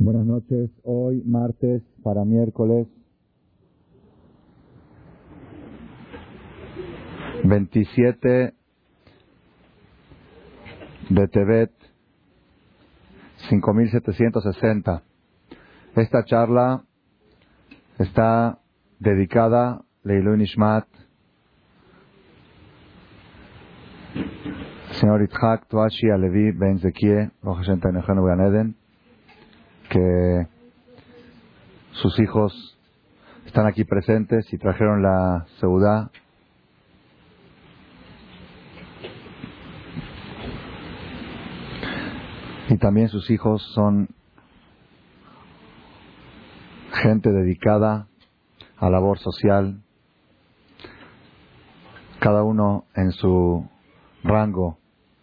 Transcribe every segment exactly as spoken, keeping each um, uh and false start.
Buenas noches. Hoy, martes, para miércoles veintisiete de Tevet, cinco mil setecientos sesenta. Esta charla está dedicada Leilui Nishmat, señor Itzhak Tuashi Alevi Ben Zekie, Baruch Hashem Tainechenu Gan Eden, que sus hijos están aquí presentes y trajeron la seudá. Y también sus hijos son gente dedicada a labor social, cada uno en su rango,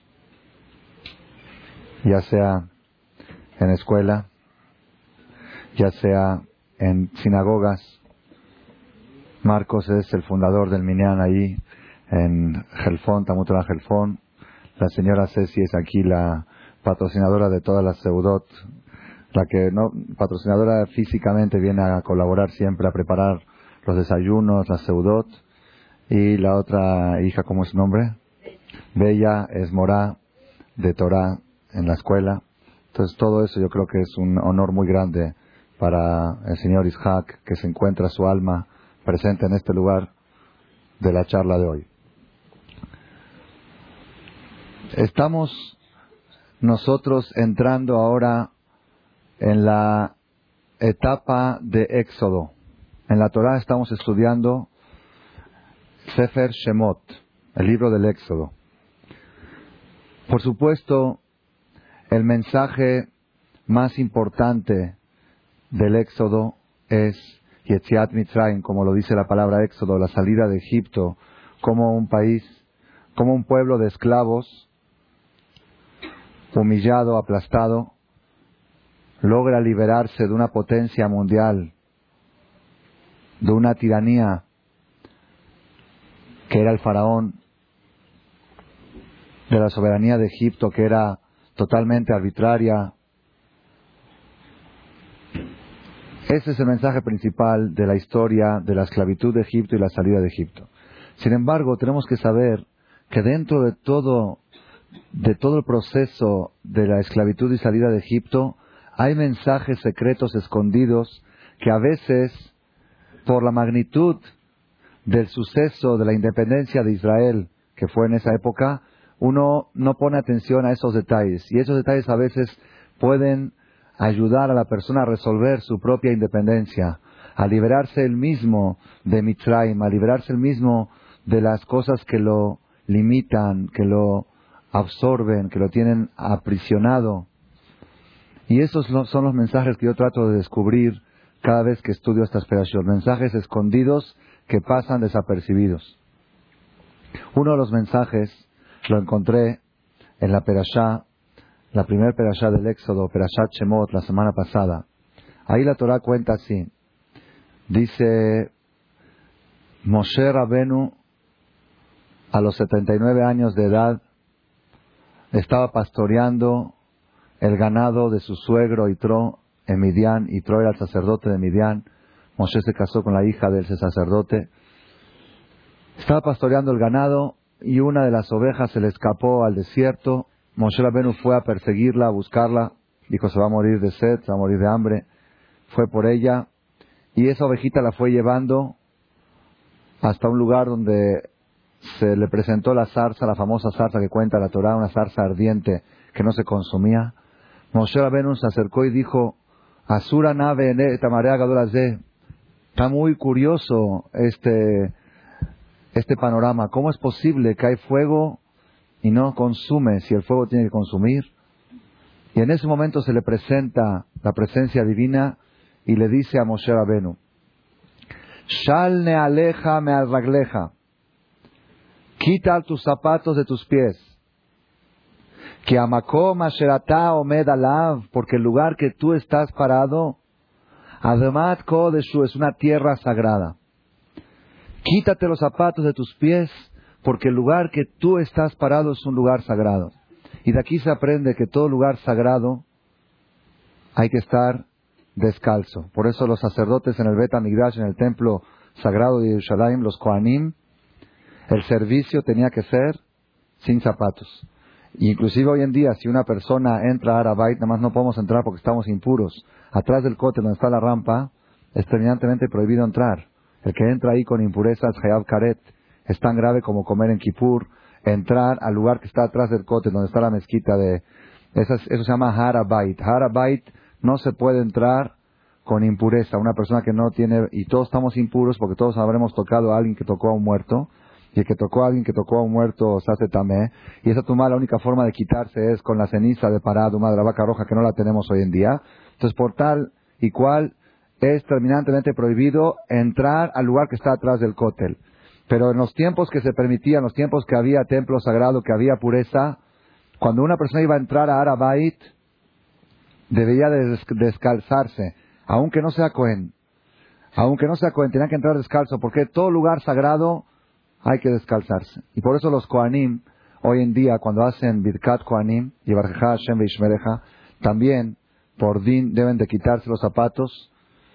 ya sea en escuela, ya sea en sinagogas. Marcos es el fundador del Minyan ahí en Gelfón, Tamutra Gelfón. La señora Ceci es aquí la patrocinadora de todas las seudot, la que no patrocinadora físicamente, viene a colaborar siempre a preparar los desayunos, las seudot. Y la otra hija, ¿cómo es su nombre? Bella, es morá de Torah en la escuela. Entonces todo eso yo creo que es un honor muy grande para el señor Itzhak, que se encuentra su alma presente en este lugar de la charla de hoy. Estamos nosotros entrando ahora en la etapa de Éxodo. En la Torah estamos estudiando Sefer Shemot, el libro del Éxodo. Por supuesto, el mensaje más importante del Éxodo es Yetziat Mitzrayim, como lo dice la palabra Éxodo, la salida de Egipto, como un país, como un pueblo de esclavos, humillado, aplastado, logra liberarse de una potencia mundial, de una tiranía que era el faraón, de la soberanía de Egipto que era totalmente arbitraria. Ese es el mensaje principal de la historia de la esclavitud de Egipto y la salida de Egipto. Sin embargo, tenemos que saber que dentro de todo, de todo el proceso de la esclavitud y salida de Egipto, hay mensajes secretos escondidos que a veces, por la magnitud del suceso de la independencia de Israel, que fue en esa época, uno no pone atención a esos detalles. Y esos detalles a veces pueden ayudar a la persona a resolver su propia independencia, a liberarse él mismo de Mitzrayim, a liberarse él mismo de las cosas que lo limitan, que lo absorben, que lo tienen aprisionado. Y esos son los mensajes que yo trato de descubrir cada vez que estudio estas perashot, mensajes escondidos que pasan desapercibidos. Uno de los mensajes lo encontré en la perashá, la primera perashá del Éxodo, Perashat Shemot, la semana pasada. Ahí la Torah cuenta así. Dice, Moshe Rabenu, a los setenta y nueve años de edad, estaba pastoreando el ganado de su suegro Yitro en Midian. Yitro era el sacerdote de Midian. Moshe se casó con la hija de ese sacerdote. Estaba pastoreando el ganado y una de las ovejas se le escapó al desierto. Moshe Rabenu fue a perseguirla, a buscarla. Dijo, se va a morir de sed, se va a morir de hambre. Fue por ella y esa ovejita la fue llevando hasta un lugar donde se le presentó la zarza, la famosa zarza que cuenta la Torah, una zarza ardiente que no se consumía. Moshe Rabenu se acercó y dijo, Asura nave ene tamarea gadolazé. Está muy curioso este, este panorama. ¿Cómo es posible que hay fuego y no consume si el fuego tiene que consumir? Y en ese momento se le presenta la presencia divina y le dice a Moshe Rabenu, Shal nealeja me arragleja. Quita tus zapatos de tus pies. Que amakom asherata omed alav, porque el lugar que tú estás parado, Ademat Kodeshu, es una tierra sagrada. Quítate los zapatos de tus pies, porque el lugar que tú estás parado es un lugar sagrado. Y de aquí se aprende que todo lugar sagrado hay que estar descalzo. Por eso los sacerdotes en el Bet HaMikdash, en el templo sagrado de Jerusalén, los Kohanim, el servicio tenía que ser sin zapatos. Inclusive hoy en día, si una persona entra a Har HaBayit, nada más no podemos entrar porque estamos impuros. Atrás del cótel donde está la rampa, es terminantemente prohibido entrar. El que entra ahí con impurezas, Hayav Karet, es tan grave como comer en Kippur. Entrar al lugar que está atrás del cótel, donde está la mezquita de... Eso, eso se llama Har HaBayit. Har HaBayit no se puede entrar con impureza. Una persona que no tiene... Y todos estamos impuros porque todos habremos tocado a alguien que tocó a un muerto. Y el que tocó a alguien que tocó a un muerto se hace tamé. Y esa tumá, la única forma de quitarse es con la ceniza de parado, de la vaca roja, que no la tenemos hoy en día. Entonces, por tal y cual, es terminantemente prohibido entrar al lugar que está atrás del cótel. Pero en los tiempos que se permitían, los tiempos que había templo sagrado, que había pureza, cuando una persona iba a entrar a Har HaBayit, debía de descalzarse, aunque no sea Cohen. Aunque no sea Cohen, tenía que entrar descalzo, porque todo lugar sagrado hay que descalzarse. Y por eso los Kohanim, hoy en día, cuando hacen Birkat Kohanim, y Barjeja Hashem Veishmereja, también, por din, deben de quitarse los zapatos.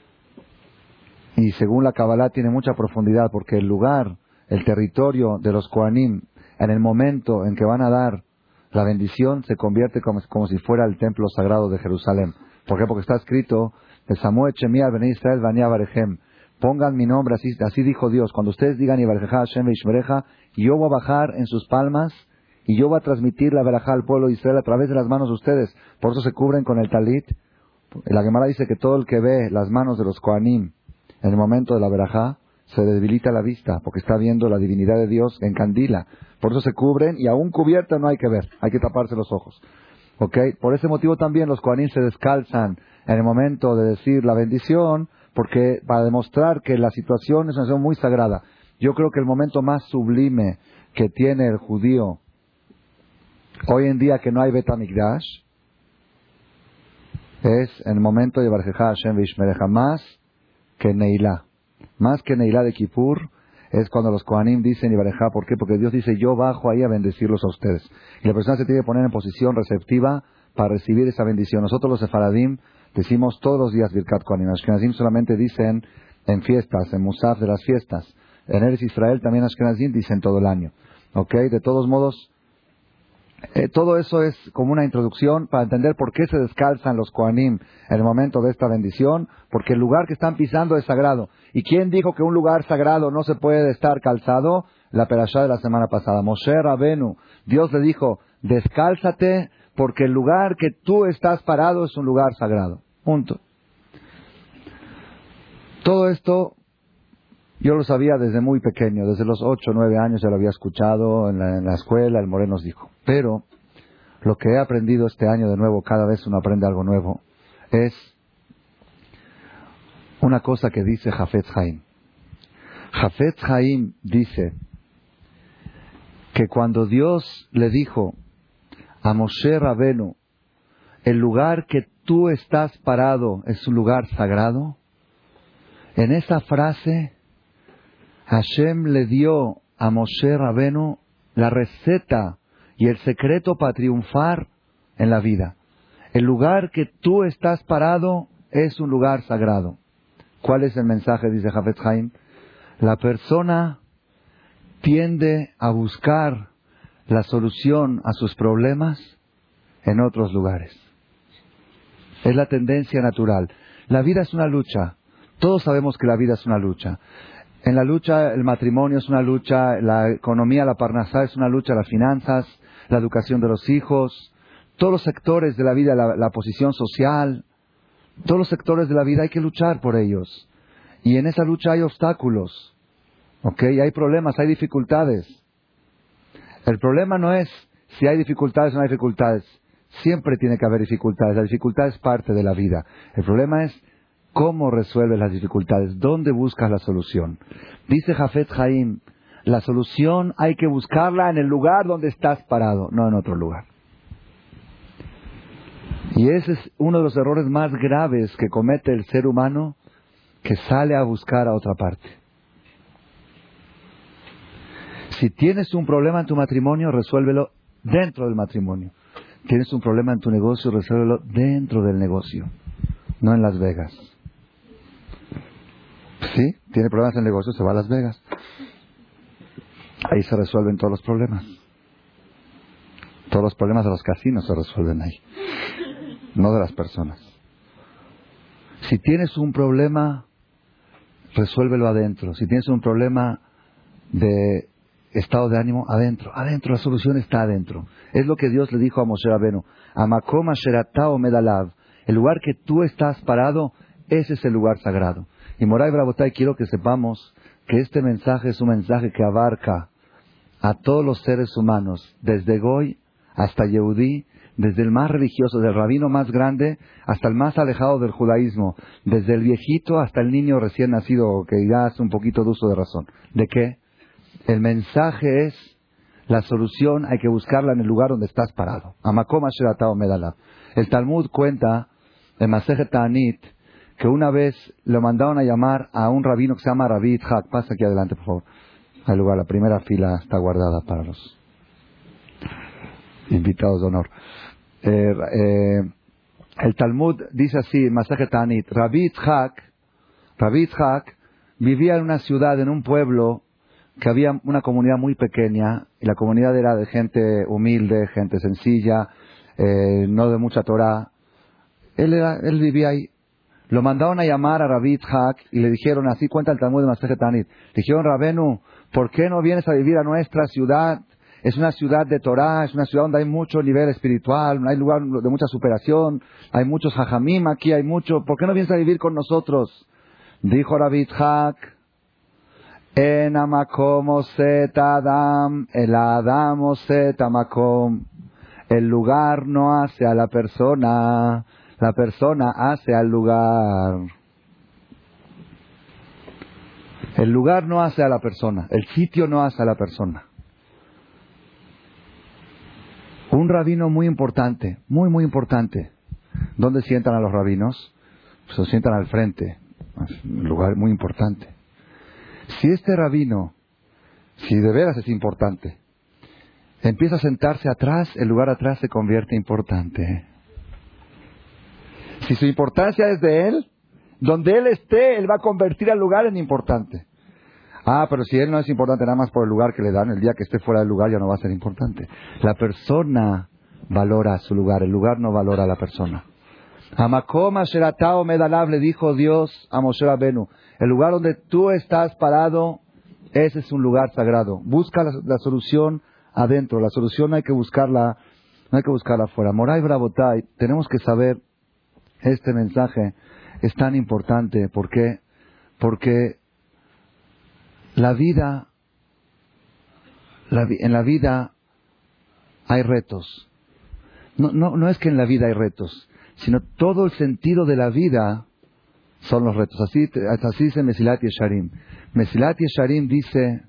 Y según la Kabbalah tiene mucha profundidad, porque el lugar, el territorio de los Kohanim, en el momento en que van a dar la bendición, se convierte como, como si fuera el templo sagrado de Jerusalén. ¿Por qué? Porque está escrito, de Samuel Shemiah Bnei Israel Vania Barejem. Pongan mi nombre, así, así dijo Dios. Cuando ustedes digan Ibarjeja Hashem Veishmereja, yo voy a bajar en sus palmas y yo voy a transmitir la verajá al pueblo de Israel a través de las manos de ustedes. Por eso se cubren con el talit. La Gemara dice que todo el que ve las manos de los Kohanim en el momento de la verajá se debilita la vista, porque está viendo la divinidad de Dios en candila. Por eso se cubren, y aún cubierta no hay que ver, hay que taparse los ojos. ¿Ok? Por ese motivo también los Kohanim se descalzan en el momento de decir la bendición, porque para demostrar que la situación es una situación muy sagrada. Yo creo que el momento más sublime que tiene el judío hoy en día, que no hay Bet HaMikdash, es en el momento de Barjeja Hashem Veishmereja, más que Neilá. Más que Neilá de Kippur, es cuando los Kohanim dicen Ibarejá. ¿Por qué? Porque Dios dice, yo bajo ahí a bendecirlos a ustedes. Y la persona se tiene que poner en posición receptiva para recibir esa bendición. Nosotros los Sefaradim decimos todos los días Birkat Kohanim. Ashkenazim solamente dicen en fiestas, en Musaf de las fiestas. En Eretz Israel también Ashkenazim dicen todo el año. ¿Ok? De todos modos, eh, todo eso es como una introducción para entender por qué se descalzan los Kohanim en el momento de esta bendición. Porque el lugar que están pisando es sagrado. ¿Y quién dijo que un lugar sagrado no se puede estar calzado? La perashá de la semana pasada. Moshe Rabenu, Dios le dijo, descálzate porque el lugar que tú estás parado es un lugar sagrado. Punto. Todo esto yo lo sabía desde muy pequeño, desde los ocho o nueve años ya lo había escuchado en la, en la escuela, el Moreno nos dijo. Pero lo que he aprendido este año de nuevo, cada vez uno aprende algo nuevo, es una cosa que dice Hafetz Haim. Hafetz Haim dice que cuando Dios le dijo a Moshe Rabenu, el lugar que tú estás parado es un lugar sagrado, en esa frase Hashem le dio a Moshe Rabenu la receta y el secreto para triunfar en la vida. El lugar que tú estás parado es un lugar sagrado. ¿Cuál es el mensaje? Dice Hafetz Haim. La persona tiende a buscar la solución a sus problemas en otros lugares. Es la tendencia natural. La vida es una lucha. Todos sabemos que la vida es una lucha. En la lucha, el matrimonio es una lucha, la economía, la parnasá es una lucha, las finanzas, la educación de los hijos, todos los sectores de la vida, la, la posición social, todos los sectores de la vida hay que luchar por ellos. Y en esa lucha hay obstáculos, ¿ok? Hay problemas, hay dificultades. El problema no es si hay dificultades o no hay dificultades. Siempre tiene que haber dificultades. La dificultad es parte de la vida. El problema es cómo resuelves las dificultades, dónde buscas la solución. Dice Hafetz Haim, la solución hay que buscarla en el lugar donde estás parado, no en otro lugar. Y ese es uno de los errores más graves que comete el ser humano, que sale a buscar a otra parte. Si tienes un problema en tu matrimonio, resuélvelo dentro del matrimonio. Tienes un problema en tu negocio, resuélvelo dentro del negocio. no en Las Vegas. Sí, tiene problemas en el negocio, se va a Las Vegas. Ahí se resuelven todos los problemas. Todos los problemas de los casinos se resuelven ahí, no de las personas. Si tienes un problema, resuélvelo adentro. Si tienes un problema de estado de ánimo, adentro, adentro, la solución está adentro. Es lo que Dios le dijo a Moshe Rabenu: Amakom asher ata omed alav, el lugar que tú estás parado, ese es el lugar sagrado. Y Moray Brabotay, quiero que sepamos que este mensaje es un mensaje que abarca a todos los seres humanos, desde Goy hasta Yehudí, desde el más religioso, del rabino más grande, hasta el más alejado del judaísmo, desde el viejito hasta el niño recién nacido, que ya hace un poquito de uso de razón. ¿De qué? El mensaje es, la solución hay que buscarla en el lugar donde estás parado. Amakom asher ata omed alav. El Talmud cuenta, en Masejet Ta'anit, que una vez lo mandaron a llamar a un rabino que se llama Rabbi Yitzhak. Pasa aquí adelante, por favor. Al lugar, la primera fila está guardada para los invitados de honor. Eh, eh, el Talmud dice así, Masejet Ta'anit, Rabbi Yitzhak, Rabbi Yitzhak vivía en una ciudad, en un pueblo, que había una comunidad muy pequeña, y la comunidad era de gente humilde, gente sencilla, eh, no de mucha Torah. Él, era, él vivía ahí. Lo mandaron a llamar a Rabbi Yitzhak y le dijeron, así cuenta el Talmud de Masejet Ta'anit, le dijeron: Rabenu, ¿por qué no vienes a vivir a nuestra ciudad? Es una ciudad de Torah, es una ciudad donde hay mucho nivel espiritual, hay lugar de mucha superación, hay muchos jajamim aquí, hay mucho. ¿Por qué no vienes a vivir con nosotros? Dijo Rabbi Yitzhak: En amakom oset adam, el adam oset amakom. El lugar no hace a la persona, la persona hace al lugar. El lugar no hace a la persona, el sitio no hace a la persona. Un rabino muy importante, muy muy importante. ¿Dónde sientan a los rabinos? Pues se sientan al frente, es un lugar muy importante. Si este rabino, si de veras es importante, empieza a sentarse atrás, el lugar atrás se convierte importante. Si su importancia es de él, donde él esté, él va a convertir al lugar en importante. Ah, pero si él no es importante nada más por el lugar que le dan, el día que esté fuera del lugar ya no va a ser importante. La persona valora su lugar, el lugar no valora a la persona. Amakom asher ata omed alav, le dijo Dios a Moshe Rabenu, el lugar donde tú estás parado, ese es un lugar sagrado. Busca la, la solución adentro, la solución hay que buscarla, no hay que buscarla afuera. Moray Brabotay, tenemos que saber, este mensaje es tan importante. ¿Por qué? Porque la vida, la, en la vida hay retos. No, no, no es que en la vida hay retos, sino todo el sentido de la vida son los retos. Así, así dice Mesilat Yesharim. Mesilat Yesharim dice,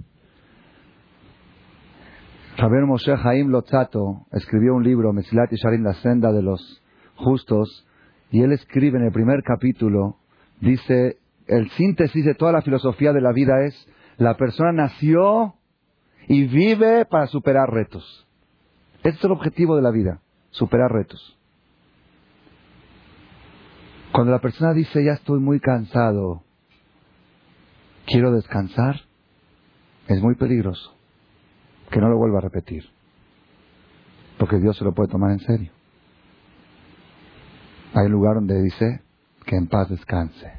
Rabbeinu Moshe Chaim Lotzato escribió un libro, Mesilat Yesharim, la senda de los justos, y él escribe en el primer capítulo, dice, el síntesis de toda la filosofía de la vida es, la persona nació y vive para superar retos. Este es el objetivo de la vida, superar retos. Cuando la persona dice, ya estoy muy cansado, quiero descansar, es muy peligroso. Que no lo vuelva a repetir. Porque Dios se lo puede tomar en serio. Hay un lugar donde dice, que en paz descanse.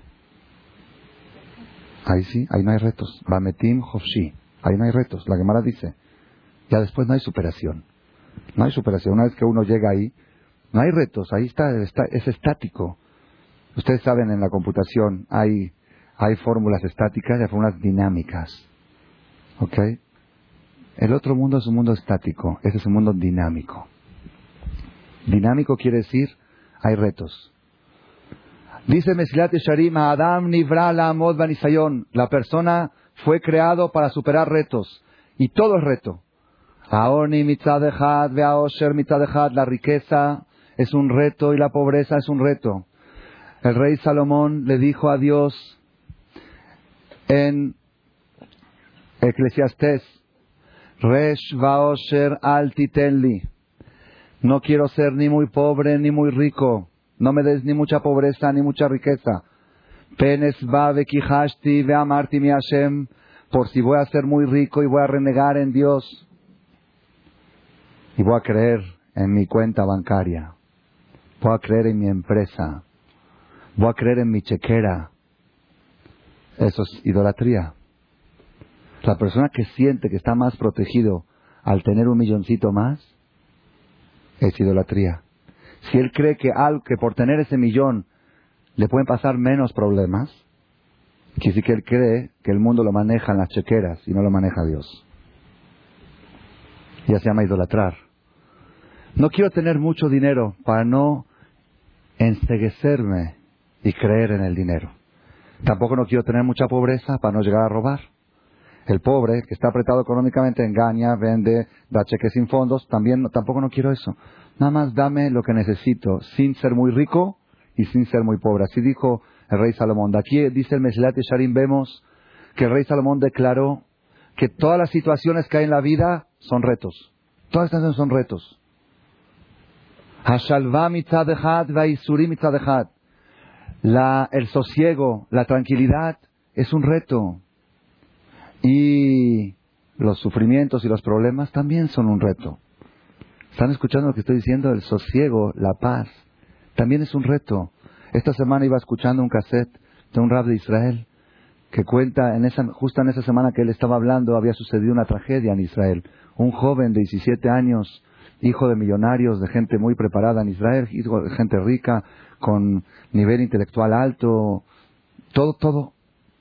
Ahí sí, ahí no hay retos. Bametim Hofshi. Ahí no hay retos. La Gemara dice, ya después no hay superación. No hay superación. Una vez que uno llega ahí, no hay retos. Ahí está, está es estático. Ustedes saben, en la computación hay, hay fórmulas estáticas y hay fórmulas dinámicas. ¿Ok? El otro mundo es un mundo estático. Ese es un mundo dinámico. Dinámico quiere decir, hay retos. Dice Mesilat Yesharim, Adam nivra la'amod banisayon. La persona fue creado para superar retos. Y todo es reto. Aoni mitzad echad ve'aosher mitzad echad. La riqueza es un reto y la pobreza es un reto. El rey Salomón le dijo a Dios en Eclesiastés, Resh va'osher al titenli. No quiero ser ni muy pobre ni muy rico. No me des ni mucha pobreza ni mucha riqueza. Penes va vekihashti ve amarti mi Hashem. Por si voy a ser muy rico y voy a renegar en Dios. Y voy a creer en mi cuenta bancaria. Voy a creer en mi empresa. Voy a creer en mi chequera. Eso es idolatría. La persona que siente que está más protegido al tener un milloncito más, es idolatría. Si él cree que, algo, que por tener ese millón le pueden pasar menos problemas, quiere decir que él cree que el mundo lo maneja en las chequeras y no lo maneja Dios. Ya se llama idolatrar. No quiero tener mucho dinero para no enceguecerme y creer en el dinero. Tampoco no quiero tener mucha pobreza para no llegar a robar. El pobre, que está apretado económicamente, engaña, vende, da cheques sin fondos. También, tampoco no quiero eso. Nada más dame lo que necesito, sin ser muy rico y sin ser muy pobre. Así dijo el rey Salomón. De aquí dice el Mesilat Yesharim, vemos que el rey Salomón declaró que todas las situaciones que hay en la vida son retos. Todas estas situaciones son retos. Hashalva mitzad echad va'isuri mitzad echad. La, el sosiego, la tranquilidad es un reto. Y los sufrimientos y los problemas también son un reto. ¿Están escuchando lo que estoy diciendo? El sosiego, la paz, también es un reto. Esta semana iba escuchando un cassette de un rab de Israel que cuenta, en esa, justo en esa semana que él estaba hablando, había sucedido una tragedia en Israel. Un joven de diecisiete años, hijo de millonarios, de gente muy preparada en Israel, hijo de gente rica, con nivel intelectual alto, todo, todo.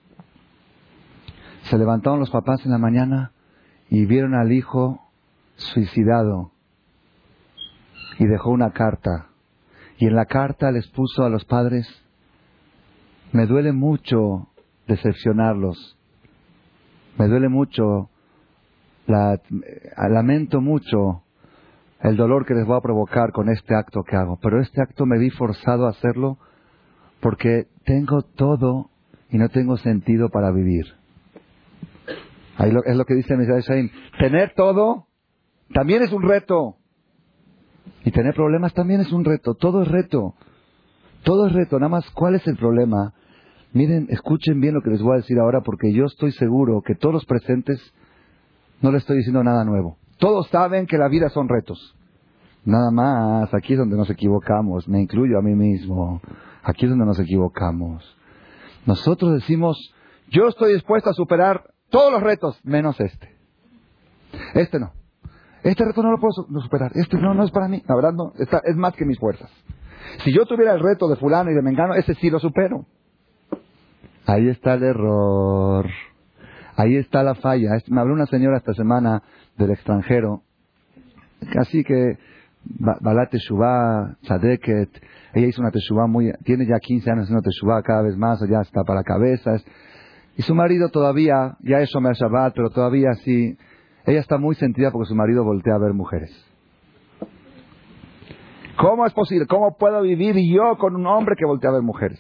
Se levantaron los papás en la mañana y vieron al hijo suicidado y dejó una carta. Y en la carta les puso a los padres: me duele mucho decepcionarlos, me duele mucho, la, lamento mucho el dolor que les voy a provocar con este acto que hago, pero este acto me vi forzado a hacerlo porque tengo todo y no tengo sentido para vivir. Ahí lo, es lo que dice Mesilat Yesharim. Tener todo también es un reto. Y tener problemas también es un reto. Todo es reto. Todo es reto. Nada más, ¿cuál es el problema? Miren, escuchen bien lo que les voy a decir ahora, porque yo estoy seguro que todos los presentes no les estoy diciendo nada nuevo. Todos saben que la vida son retos. Nada más, aquí es donde nos equivocamos. Me incluyo a mí mismo. Aquí es donde nos equivocamos. Nosotros decimos, yo estoy dispuesto a superar todos los retos, menos este. Este no. Este reto no lo puedo superar. Este no, no es para mí. La verdad no, está, es más que mis fuerzas. Si yo tuviera el reto de fulano y de mengano, ese sí lo supero. Ahí está el error. Ahí está la falla. Me habló una señora esta semana del extranjero. Así que, Balat Teshuvah, Tzadeket, ella hizo una Teshuvah muy, tiene ya quince años haciendo Teshuvah cada vez más, ya está para la cabeza. Y su marido todavía, ya es Shomer Shabbat, pero todavía sí, ella está muy sentida porque su marido voltea a ver mujeres. ¿Cómo es posible? ¿Cómo puedo vivir yo con un hombre que voltea a ver mujeres?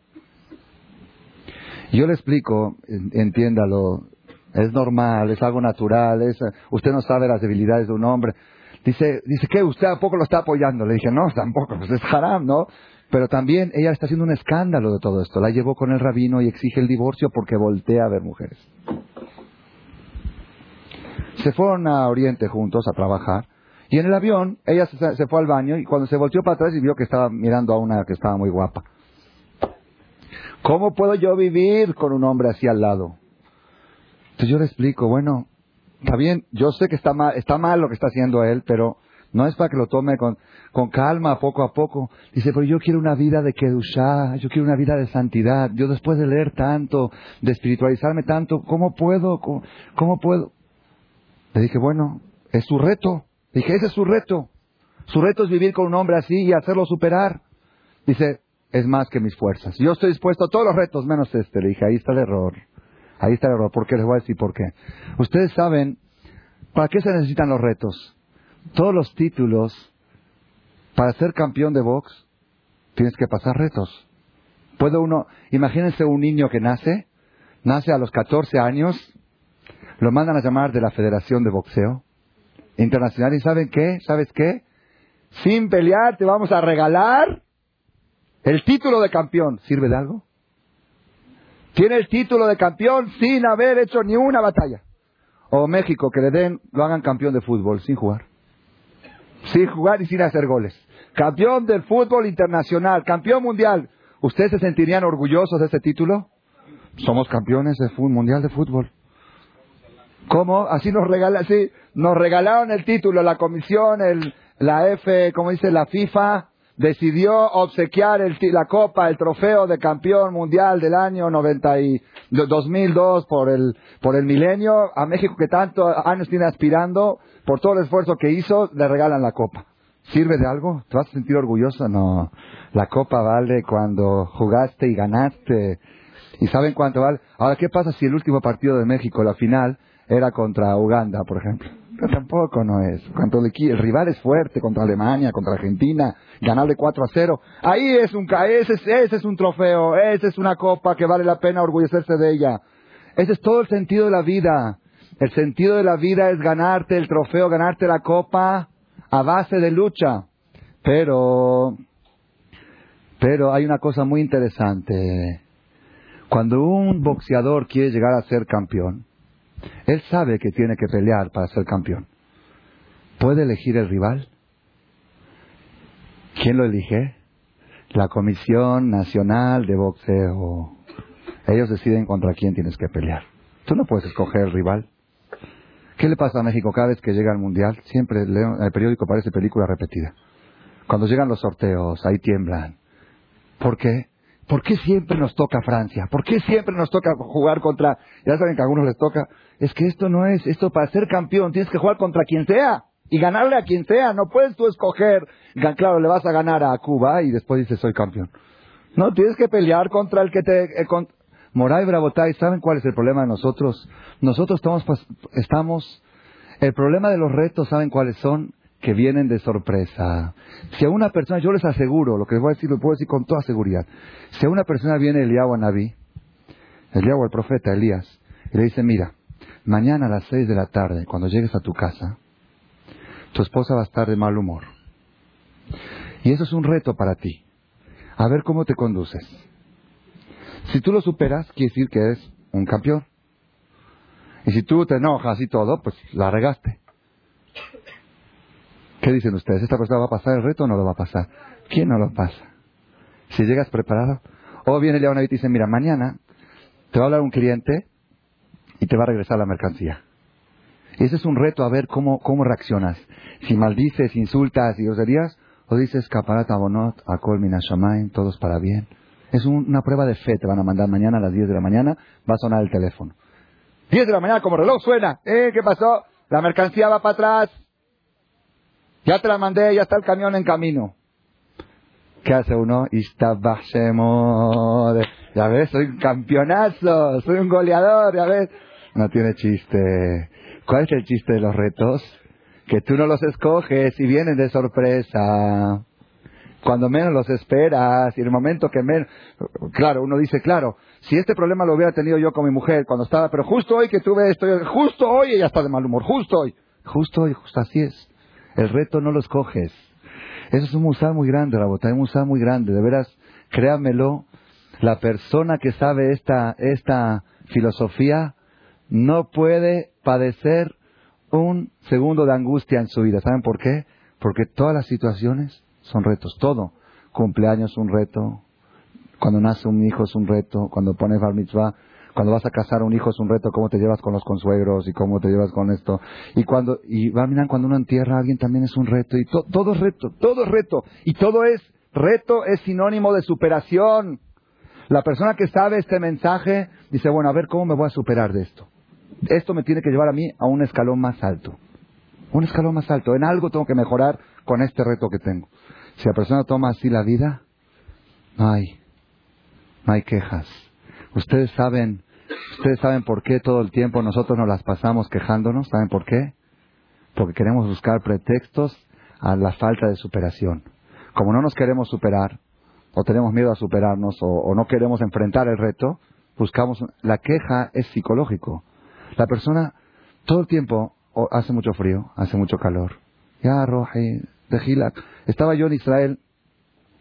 Yo le explico, entiéndalo, es normal, es algo natural, es, usted no sabe las debilidades de un hombre. Dice, dice ¿qué? ¿Usted a poco lo está apoyando? Le dije, no, tampoco, pues es haram, ¿no? Pero también ella está haciendo un escándalo de todo esto. La llevó con el rabino y exige el divorcio porque voltea a ver mujeres. Se fueron a Oriente juntos a trabajar. Y en el avión, ella se, se fue al baño y cuando se volteó para atrás y vio que estaba mirando a una que estaba muy guapa. ¿Cómo puedo yo vivir con un hombre así al lado? Entonces yo le explico, bueno, está bien, yo sé que está mal, está mal lo que está haciendo él, pero no es para que lo tome con, con calma, poco a poco. Dice, pero yo quiero una vida de Kedushá, yo quiero una vida de santidad. Yo después de leer tanto, de espiritualizarme tanto, ¿cómo puedo? ¿Cómo, cómo puedo? Le dije, bueno, es su reto. Le dije, ese es su reto. Su reto es vivir con un hombre así y hacerlo superar. Dice, es más que mis fuerzas. Yo estoy dispuesto a todos los retos, menos este. Le dije, ahí está el error. Ahí está el error. ¿Por qué? Les voy a decir por qué. Ustedes saben, ¿para qué se necesitan los retos? Todos los títulos, para ser campeón de box, tienes que pasar retos. Puede uno, imagínense un niño que nace, nace a los catorce años, lo mandan a llamar de la Federación de Boxeo Internacional y ¿saben qué? ¿Sabes qué? Sin pelear te vamos a regalar El título de campeón, ¿sirve de algo? Tiene el título de campeón sin haber hecho ni una batalla. O México, que le den, lo hagan campeón de fútbol, sin jugar. Sin jugar y sin hacer goles. Campeón del fútbol internacional, campeón mundial. ¿Ustedes se sentirían orgullosos de ese título? Somos campeones de fútbol, mundial de fútbol. ¿Cómo? Así nos regala, así nos regalaron el título, la comisión, el, la F, como dice la FIFA, decidió obsequiar el, la copa, el trofeo de campeón mundial del año noventa y dos mil dos por el por el milenio a México, que tantos años tiene aspirando, por todo el esfuerzo que hizo, le regalan la copa. ¿Sirve de algo? ¿Te vas a sentir orgulloso? No. La copa vale cuando jugaste y ganaste. ¿Y saben cuánto vale? Ahora, ¿qué pasa si el último partido de México, la final, era contra Uganda, por ejemplo? Pero tampoco no es. Cuando el, el rival es fuerte, contra Alemania, contra Argentina, ganarle cuatro a cero. Ahí es un, ese, es, ese es un trofeo, esa es una copa que vale la pena orgullecerse de ella. Ese es todo el sentido de la vida. El sentido de la vida es ganarte el trofeo, ganarte la copa a base de lucha. Pero, pero hay una cosa muy interesante. Cuando un boxeador quiere llegar a ser campeón, él sabe que tiene que pelear para ser campeón. ¿Puede elegir el rival? ¿Quién lo elige? La Comisión Nacional de Boxeo. Ellos deciden contra quién tienes que pelear. Tú no puedes escoger el rival. ¿Qué le pasa a México cada vez que llega al Mundial? Siempre leo, en el periódico parece película repetida. Cuando llegan los sorteos, ahí tiemblan. ¿Por qué? ¿Por qué siempre nos toca Francia? ¿Por qué siempre nos toca jugar contra... Ya saben que a algunos les toca... Es que esto no es... Esto para ser campeón tienes que jugar contra quien sea. Y ganarle a quien sea. No puedes tú escoger... Claro, le vas a ganar a Cuba y después dices soy campeón. No, tienes que pelear contra el que te... Eh, con... Moray Brabotay, ¿saben cuál es el problema de nosotros? Nosotros estamos... estamos el problema de los retos, ¿saben cuáles son? Que vienen de sorpresa. Si a una persona, yo les aseguro, lo que les voy a decir, lo puedo decir con toda seguridad. Si a una persona viene Eliyahu Anabí, Eliyahu el profeta, Elías, y le dice, mira, mañana a las seis de la tarde, cuando llegues a tu casa, tu esposa va a estar de mal humor. Y eso es un reto para ti. A ver cómo te conduces. Si tú lo superas, quiere decir que eres un campeón. Y si tú te enojas y todo, pues la regaste. ¿Qué dicen ustedes? ¿Esta persona va a pasar el reto o no lo va a pasar? ¿Quién no lo pasa? Si llegas preparado. O viene León y te dice, mira, mañana te va a hablar un cliente y te va a regresar la mercancía. Y ese es un reto, a ver cómo, cómo reaccionas. Si maldices, insultas y groserías, o dices, Kaparat Abonot, Akol Minashamayim, todos para bien. Es un, una prueba de fe, te van a mandar mañana a las diez de la mañana, va a sonar el teléfono. diez de la mañana como reloj suena. ¿Eh? ¿Qué pasó? La mercancía va para atrás. Ya te la mandé, ya está el camión en camino. ¿Qué hace uno? Istabashemod. Ya ves, soy un campeonazo, soy un goleador, ya ves. No tiene chiste. ¿Cuál es el chiste de los retos? Que tú no los escoges y vienen de sorpresa. Cuando menos los esperas y en el momento que menos... Claro, uno dice, claro, si este problema lo hubiera tenido yo con mi mujer cuando estaba... Pero justo hoy que tuve esto, justo hoy ella está de mal humor, justo hoy. Justo hoy, justo así es. El reto no lo escoges. Eso es un musar muy grande, Rabotay, un musar muy grande. De veras, créanmelo, la persona que sabe esta, esta filosofía no puede padecer un segundo de angustia en su vida. ¿Saben por qué? Porque todas las situaciones son retos. Todo. Cumpleaños es un reto. Cuando nace un hijo es un reto. Cuando pones bar mitzvah. Cuando vas a casar a un hijo es un reto, cómo te llevas con los consuegros y cómo te llevas con esto. Y cuando y va, miran, cuando uno entierra a alguien también es un reto. Y to, todo es reto, todo es reto. Y todo es reto, es sinónimo de superación. La persona que sabe este mensaje dice, bueno, a ver cómo me voy a superar de esto. Esto me tiene que llevar a mí a un escalón más alto. Un escalón más alto. En algo tengo que mejorar con este reto que tengo. Si la persona toma así la vida, no hay, no hay quejas. Ustedes saben... Ustedes saben por qué todo el tiempo nosotros nos las pasamos quejándonos. ¿Saben por qué? Porque queremos buscar pretextos a la falta de superación. Como no nos queremos superar, o tenemos miedo a superarnos, o, o no queremos enfrentar el reto, buscamos... La queja es psicológico. La persona todo el tiempo, oh, hace mucho frío, hace mucho calor. Ya, Roji, de Gilak. Estaba yo en Israel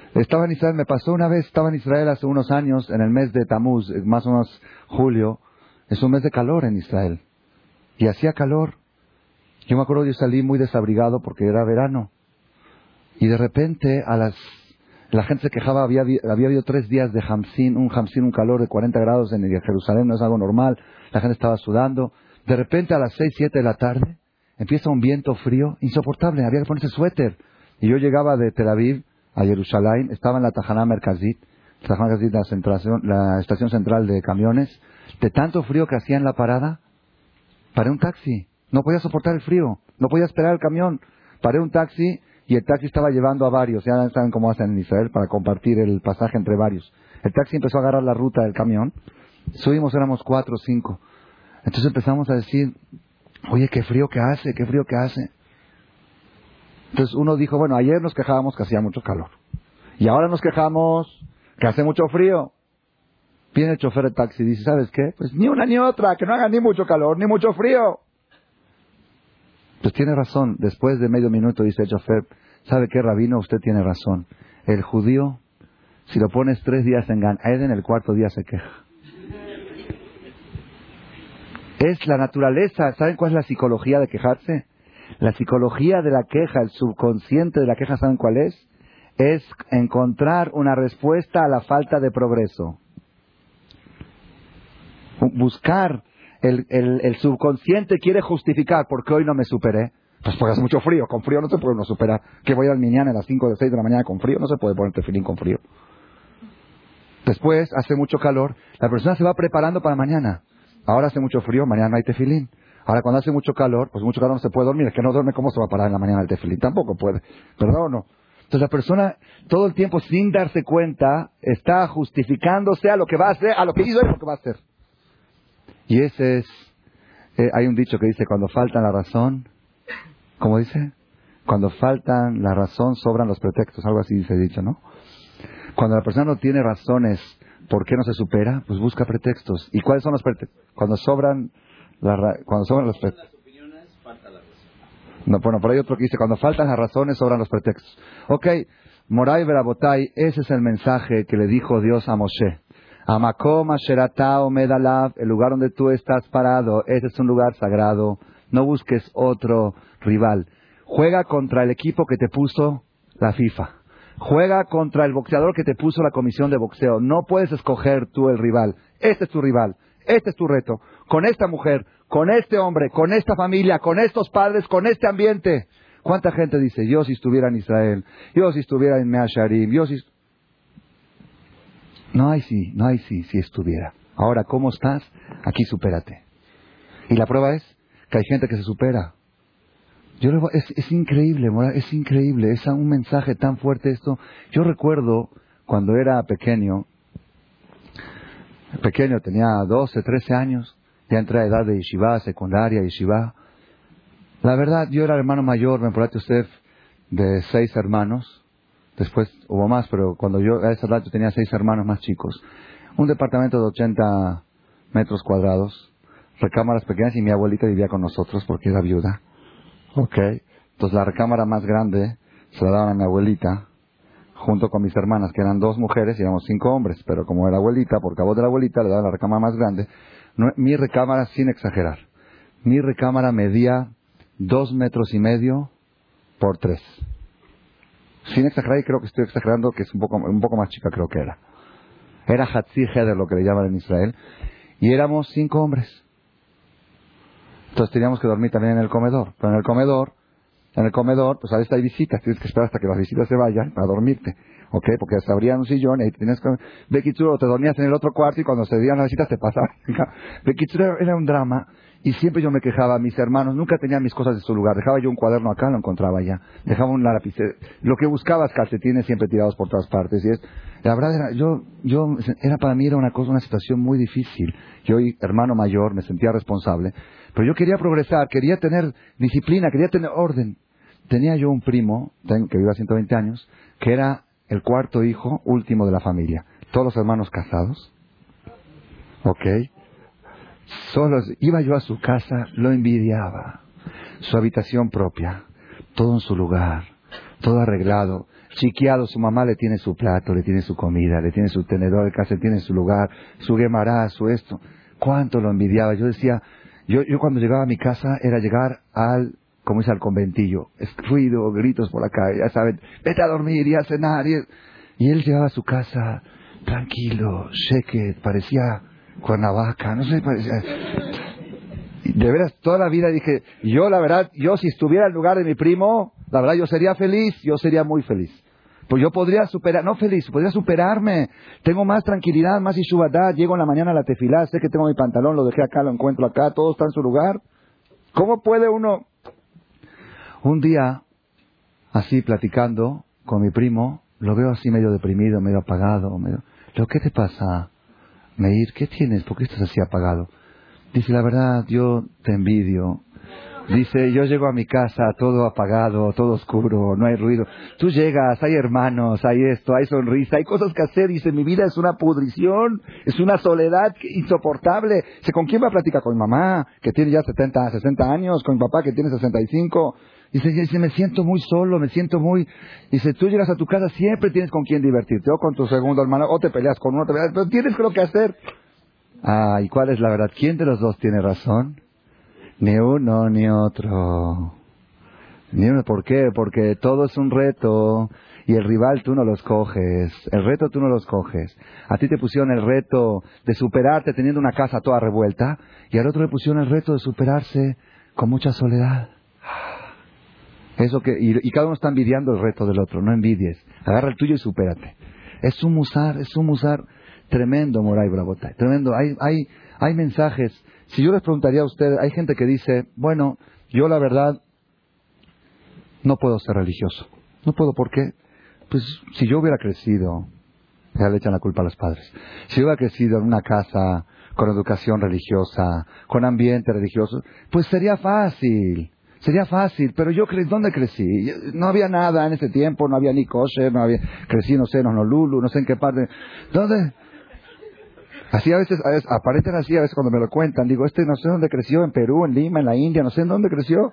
Estaba en Israel, me pasó una vez, estaba en Israel hace unos años, en el mes de Tamuz, más o menos julio. Es un mes de calor en Israel. Y hacía calor. Yo me acuerdo, yo salí muy desabrigado porque era verano. Y de repente, a las la gente se quejaba, había, había habido tres días de Hamsin, un Hamsin, un calor de cuarenta grados en Jerusalén, no es algo normal. La gente estaba sudando. De repente, a las seis, siete de la tarde, empieza un viento frío, insoportable, había que ponerse suéter. Y yo llegaba de Tel Aviv a Jerusalén, estaba en la Tajaná Merkazit, la Tajaná Merkazit, la, centración, la estación central de camiones. De tanto frío que hacía en la parada, paré un taxi. No podía soportar el frío, no podía esperar el camión. Paré un taxi y el taxi estaba llevando a varios. Ya saben cómo hacen en Israel para compartir el pasaje entre varios. El taxi empezó a agarrar la ruta del camión. Subimos, éramos cuatro o cinco. Entonces empezamos a decir, oye, qué frío que hace, qué frío que hace. Entonces uno dijo, bueno, ayer nos quejábamos que hacía mucho calor. Y ahora nos quejamos que hace mucho frío. Viene el chofer del taxi y dice, ¿sabes qué? Pues ni una ni otra, que no haga ni mucho calor ni mucho frío. Pues tiene razón. Después de medio minuto dice el chofer, ¿sabe qué, rabino? Usted tiene razón. El judío, si lo pones tres días en Gan Eden, el cuarto día se queja. Es la naturaleza. ¿Saben cuál es la psicología de quejarse? La psicología de la queja, el subconsciente de la queja, ¿saben cuál es? Es encontrar una respuesta a la falta de progreso. Buscar, el, el, el subconsciente quiere justificar por qué hoy no me superé. Pues porque hace mucho frío, con frío no se puede uno superar. Que voy al minyan a las cinco o seis de la mañana con frío, no se puede poner tefilín con frío. Después hace mucho calor, la persona se va preparando para mañana. Ahora hace mucho frío, mañana no hay tefilín. Ahora cuando hace mucho calor, pues mucho calor no se puede dormir. Es que no duerme, ¿cómo se va a parar en la mañana el tefilín? Tampoco puede, ¿verdad o no? Entonces la persona todo el tiempo sin darse cuenta está justificándose a lo que va a hacer, a lo que hizo y a lo que va a hacer. Y ese es, eh, hay un dicho que dice, cuando falta la razón, ¿cómo dice? Cuando faltan la razón, sobran los pretextos, algo así dice dicho, ¿no? Cuando la persona no tiene razones por qué no se supera, pues busca pretextos. ¿Y cuáles son los pretextos? Cuando sobran, la ra- cuando sobran los pretextos. Las opiniones, falta la razón. No, bueno, por ahí otro que dice, cuando faltan las razones, sobran los pretextos. Ok, Moray Verabotay, ese es el mensaje que le dijo Dios a Moshe. Amakom asherata omed alav, el lugar donde tú estás parado, ese es un lugar sagrado. No busques otro rival. Juega contra el equipo que te puso la FIFA. Juega contra el boxeador que te puso la comisión de boxeo. No puedes escoger tú el rival. Este es tu rival. Este es tu reto. Con esta mujer, con este hombre, con esta familia, con estos padres, con este ambiente. ¿Cuánta gente dice, yo si estuviera en Israel, yo si estuviera en Mea Sharim, yo si... No hay sí, no hay sí, si estuviera. Ahora, ¿cómo estás? Aquí supérate. Y la prueba es que hay gente que se supera. Yo le voy, es, es increíble, Mora, es increíble, es un mensaje tan fuerte esto. Yo recuerdo cuando era pequeño, pequeño, tenía doce, trece años, ya entré a edad de yeshiva, secundaria, yeshiva. La verdad, yo era el hermano mayor, me acuerdo usted, de seis hermanos. Después hubo más, pero cuando yo, a esa edad yo tenía seis hermanos más chicos. Un departamento de ochenta metros cuadrados, recámaras pequeñas, y mi abuelita vivía con nosotros porque era viuda. Ok. Entonces la recámara más grande se la daban a mi abuelita, junto con mis hermanas, que eran dos mujeres y éramos cinco hombres. Pero como era abuelita, por cabo de la abuelita, le daban la recámara más grande. No, mi recámara, sin exagerar, mi recámara medía dos metros y medio por tres. Sin exagerar, y creo que estoy exagerando, que es un poco, un poco más chica creo que era. Era Hatzi Heder, lo que le llaman en Israel. Y éramos cinco hombres. Entonces teníamos que dormir también en el comedor. Pero en el comedor, en el comedor, pues a veces hay visitas. Tienes que esperar hasta que las visitas se vayan para dormirte. ¿Ok? Porque se abrían un sillón y tienes que... Bekitsur, o te dormías en el otro cuarto y cuando se dieran las visitas te pasaban. Bekitsur era un drama. Y siempre yo me quejaba, mis hermanos, nunca tenían mis cosas en su lugar. Dejaba yo un cuaderno acá, lo encontraba ya. Dejaba un lapicero. Lo que buscabas, calcetines siempre tirados por todas partes. Y es, la verdad, era, yo, yo, era para mí era una cosa, una situación muy difícil. Yo, hermano mayor, me sentía responsable. Pero yo quería progresar, quería tener disciplina, quería tener orden. Tenía yo un primo, que vive a ciento veinte años, que era el cuarto hijo último de la familia. Todos los hermanos casados. ¿Ok? Solo iba yo a su casa, lo envidiaba. Su habitación propia, todo en su lugar, todo arreglado. chiqueado, su mamá le tiene su plato, le tiene su comida, le tiene su tenedor, el casa tiene su lugar, su gemará, su esto. ¿Cuánto lo envidiaba? Yo decía, yo, yo cuando llegaba a mi casa era llegar al, como dice, al conventillo. Es ruido, gritos por la calle, ya saben, vete a dormir y a cenar. Y, y él llegaba a su casa tranquilo, sheket, parecía Cuernavaca, no sé, parecía... De veras, toda la vida dije, yo la verdad, yo si estuviera en lugar de mi primo, la verdad yo sería feliz, yo sería muy feliz. Pues yo podría superar, no feliz, podría superarme. Tengo más tranquilidad, más ishubadá, llego en la mañana a la tefilá, sé que tengo mi pantalón, lo dejé acá, lo encuentro acá, todo está en su lugar. ¿Cómo puede uno? Un día, así platicando con mi primo, lo veo así medio deprimido, medio apagado, medio... Le digo, ¿qué te pasa, Meir? ¿Qué tienes? ¿Por qué estás así apagado? Dice, la verdad, yo te envidio. Dice, yo llego a mi casa todo apagado, todo oscuro, no hay ruido. Tú llegas, hay hermanos, hay esto, hay sonrisa, hay cosas que hacer. Dice, mi vida es una pudrición, es una soledad insoportable. Dice, ¿con quién va a platicar? Con mi mamá, que tiene ya setenta, sesenta años, con mi papá, que tiene sesenta y cinco. Dice, dice, me siento muy solo, me siento muy... Dice, tú llegas a tu casa, siempre tienes con quién divertirte, o con tu segundo hermano, o te peleas con uno, te peleas, pero tienes lo que hacer. Ah, ¿y cuál es la verdad? ¿Quién de los dos tiene razón? Ni uno ni otro. Ni uno. ¿Por qué? Porque todo es un reto y el rival tú no los coges. El reto tú no los coges. A ti te pusieron el reto de superarte teniendo una casa toda revuelta y al otro le pusieron el reto de superarse con mucha soledad. Eso que y, y cada uno está envidiando el reto del otro. No envidies. Agarra el tuyo y supérate. Es un musar, es un musar tremendo, Moray Bravotay. Tremendo. Hay, hay, hay mensajes. Si yo les preguntaría a ustedes, hay gente que dice, bueno, yo la verdad no puedo ser religioso. No puedo, ¿por qué? Pues si yo hubiera crecido, ya le echan la culpa a los padres, si yo hubiera crecido en una casa con educación religiosa, con ambiente religioso, pues sería fácil, sería fácil, pero yo crecí, ¿dónde crecí? No había nada en ese tiempo, no había ni kosher, no había, crecí, no sé, en Honolulu, no sé en qué parte, ¿dónde? Así a veces, a veces, aparecen así a veces cuando me lo cuentan, digo, este no sé dónde creció, en Perú, en Lima, en la India, no sé en dónde creció.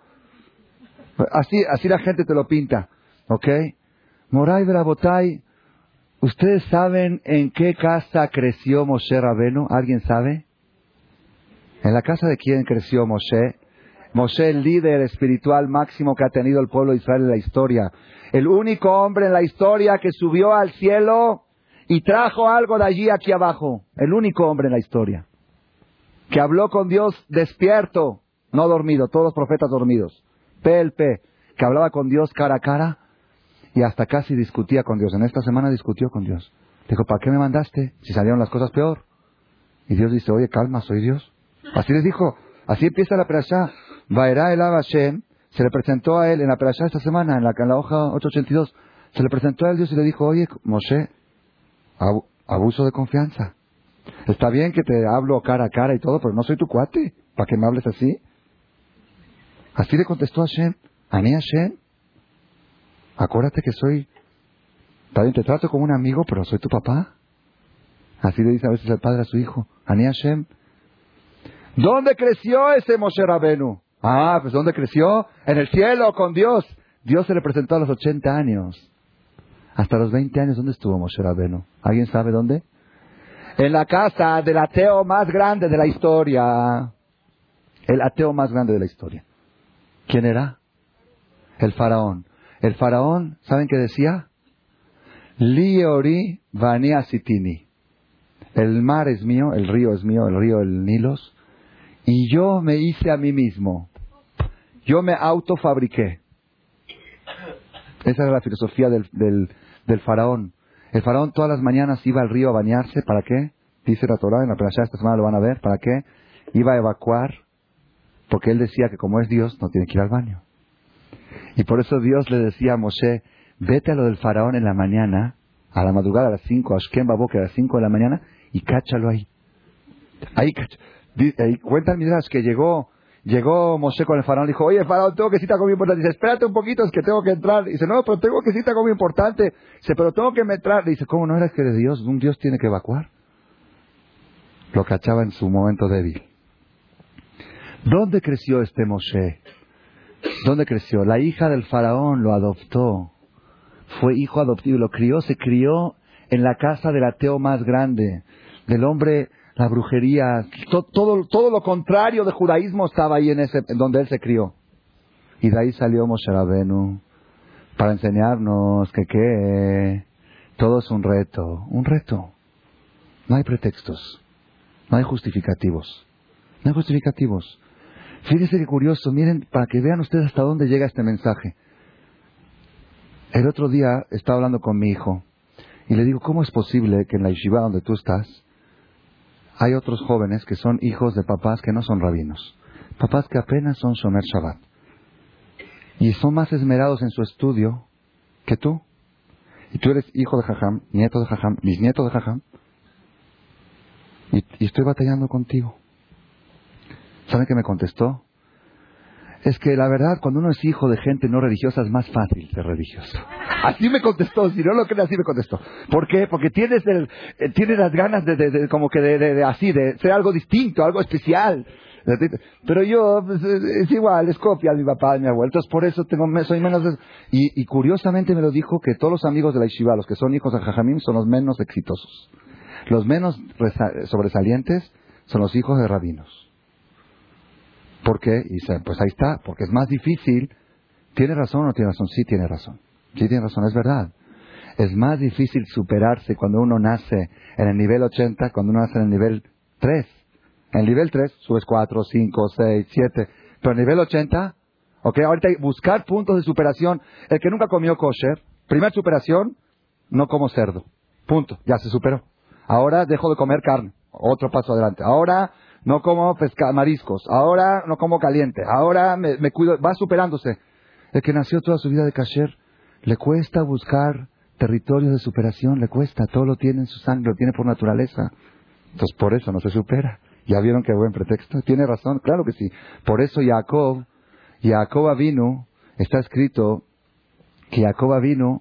Así, así la gente te lo pinta, ¿ok? Moray Bravotay, ¿ustedes saben en qué casa creció Moshe Rabenu? ¿Alguien sabe? ¿En la casa de quién creció Moshe? Moshe, el líder espiritual máximo que ha tenido el pueblo de Israel en la historia. El único hombre en la historia que subió al cielo y trajo algo de allí aquí abajo. El único hombre en la historia. Que habló con Dios despierto, no dormido, todos los profetas dormidos. P L P, que hablaba con Dios cara a cara y hasta casi discutía con Dios. En esta semana discutió con Dios. Dijo, ¿para qué me mandaste? Si salieron las cosas peor. Y Dios dice, oye, calma, soy Dios. Así les dijo, así empieza la perashá. Vaerá el Hashem, se le presentó a él en la perashá esta semana, en la, en la hoja ochocientos ochenta y dos, se le presentó a él Dios y le dijo, oye, Moshe, ab, abuso de confianza. Está bien que te hablo cara a cara y todo, pero no soy tu cuate, ¿para que me hables así? Así le contestó a Hashem, a mí Hashem, acuérdate que soy, también te trato como un amigo, pero soy tu papá. Así le dice a veces el padre a su hijo, a mí Hashem. ¿Dónde creció ese Moshe Rabenu? Ah, pues ¿dónde creció? En el cielo, con Dios. Dios se le presentó a los ochenta años. Hasta los veinte años, ¿dónde estuvo Moshe Rabenu? ¿Alguien sabe dónde? En la casa del ateo más grande de la historia. El ateo más grande de la historia. ¿Quién era? El faraón. El faraón, ¿saben qué decía? Li ori vani asitini. El mar es mío, el río es mío, el río el Nilos. Y yo me hice a mí mismo. Yo me autofabriqué. Esa era la filosofía del, del, del faraón. El faraón todas las mañanas iba al río a bañarse. ¿Para qué? Dice la Torah, en la perashá esta semana lo van a ver. ¿Para qué? Iba a evacuar. Porque él decía que como es Dios, no tiene que ir al baño. Y por eso Dios le decía a Moshe, vete a lo del faraón en la mañana, a la madrugada a las cinco, a Shkem Babok a las cinco de la mañana, y cáchalo ahí. Ahí, cáchalo. Ahí cuentan miras que llegó, llegó Moshe con el faraón, le dijo, oye faraón, tengo que cita con muy importante. Dice, espérate un poquito, es que tengo que entrar. Dice, no, pero tengo que cita con muy importante. Dice, pero tengo que entrar. Dice, ¿cómo no eres que eres Dios? Un Dios tiene que evacuar. Lo cachaba en su momento débil. ¿Dónde creció este Moshe? ¿Dónde creció? La hija del faraón lo adoptó. fue hijo adoptivo, lo crió, se crió en la casa del ateo más grande, del hombre, la brujería, to, todo, todo lo contrario de judaísmo estaba ahí en ese, en donde él se crió. Y de ahí salió Moshe Rabenu para enseñarnos que qué, todo es un reto, un reto. No hay pretextos, no hay justificativos, no hay justificativos. Fíjense qué curioso, miren, para que vean ustedes hasta dónde llega este mensaje. El otro día estaba hablando con mi hijo y le digo, ¿cómo es posible que en la yeshiva donde tú estás hay otros jóvenes que son hijos de papás que no son rabinos? Papás que apenas son shomer Shabbat. Y son más esmerados en su estudio que tú. Y tú eres hijo de Jajam, nieto de Jajam, bisnieto de Jajam. Y, y estoy batallando contigo. ¿Saben qué me contestó? Es que la verdad, cuando uno es hijo de gente no religiosa, es más fácil ser religioso. Así me contestó, si no lo creen, así me contestó. ¿Por qué? Porque tienes, el, eh, tienes las ganas de, de, de como que de, de, de así, de ser algo distinto, algo especial. Pero yo, pues, es igual, es copia de mi papá, de mi abuelo. Entonces, por eso tengo, soy menos... De... Y, y curiosamente me lo dijo que todos los amigos de la yeshiva, los que son hijos de Jajamim, son los menos exitosos. Los menos sobresalientes son los hijos de rabinos. ¿Por qué? Y pues ahí está, porque es más difícil. ¿Tiene razón o no tiene razón? Sí tiene razón. Sí tiene razón, es verdad. Es más difícil superarse cuando uno nace en el nivel ochenta, cuando uno nace en el nivel tres. En el nivel tres subes cuatro, cinco, seis, siete. Pero en el nivel ochenta, ok, ahorita hay buscar puntos de superación. El que nunca comió kosher, primera superación, no como cerdo. Punto, ya se superó. Ahora dejo de comer carne, otro paso adelante. Ahora no como pesca, mariscos, ahora no como caliente, ahora me, me cuido, va superándose. El que nació toda su vida de kasher, le cuesta buscar territorios de superación, le cuesta, todo lo tiene en su sangre, lo tiene por naturaleza. Entonces por eso no se supera. ¿Ya vieron qué buen pretexto? Tiene razón, claro que sí. Por eso Jacob, Jacob Avinu, está escrito que Jacob Avinu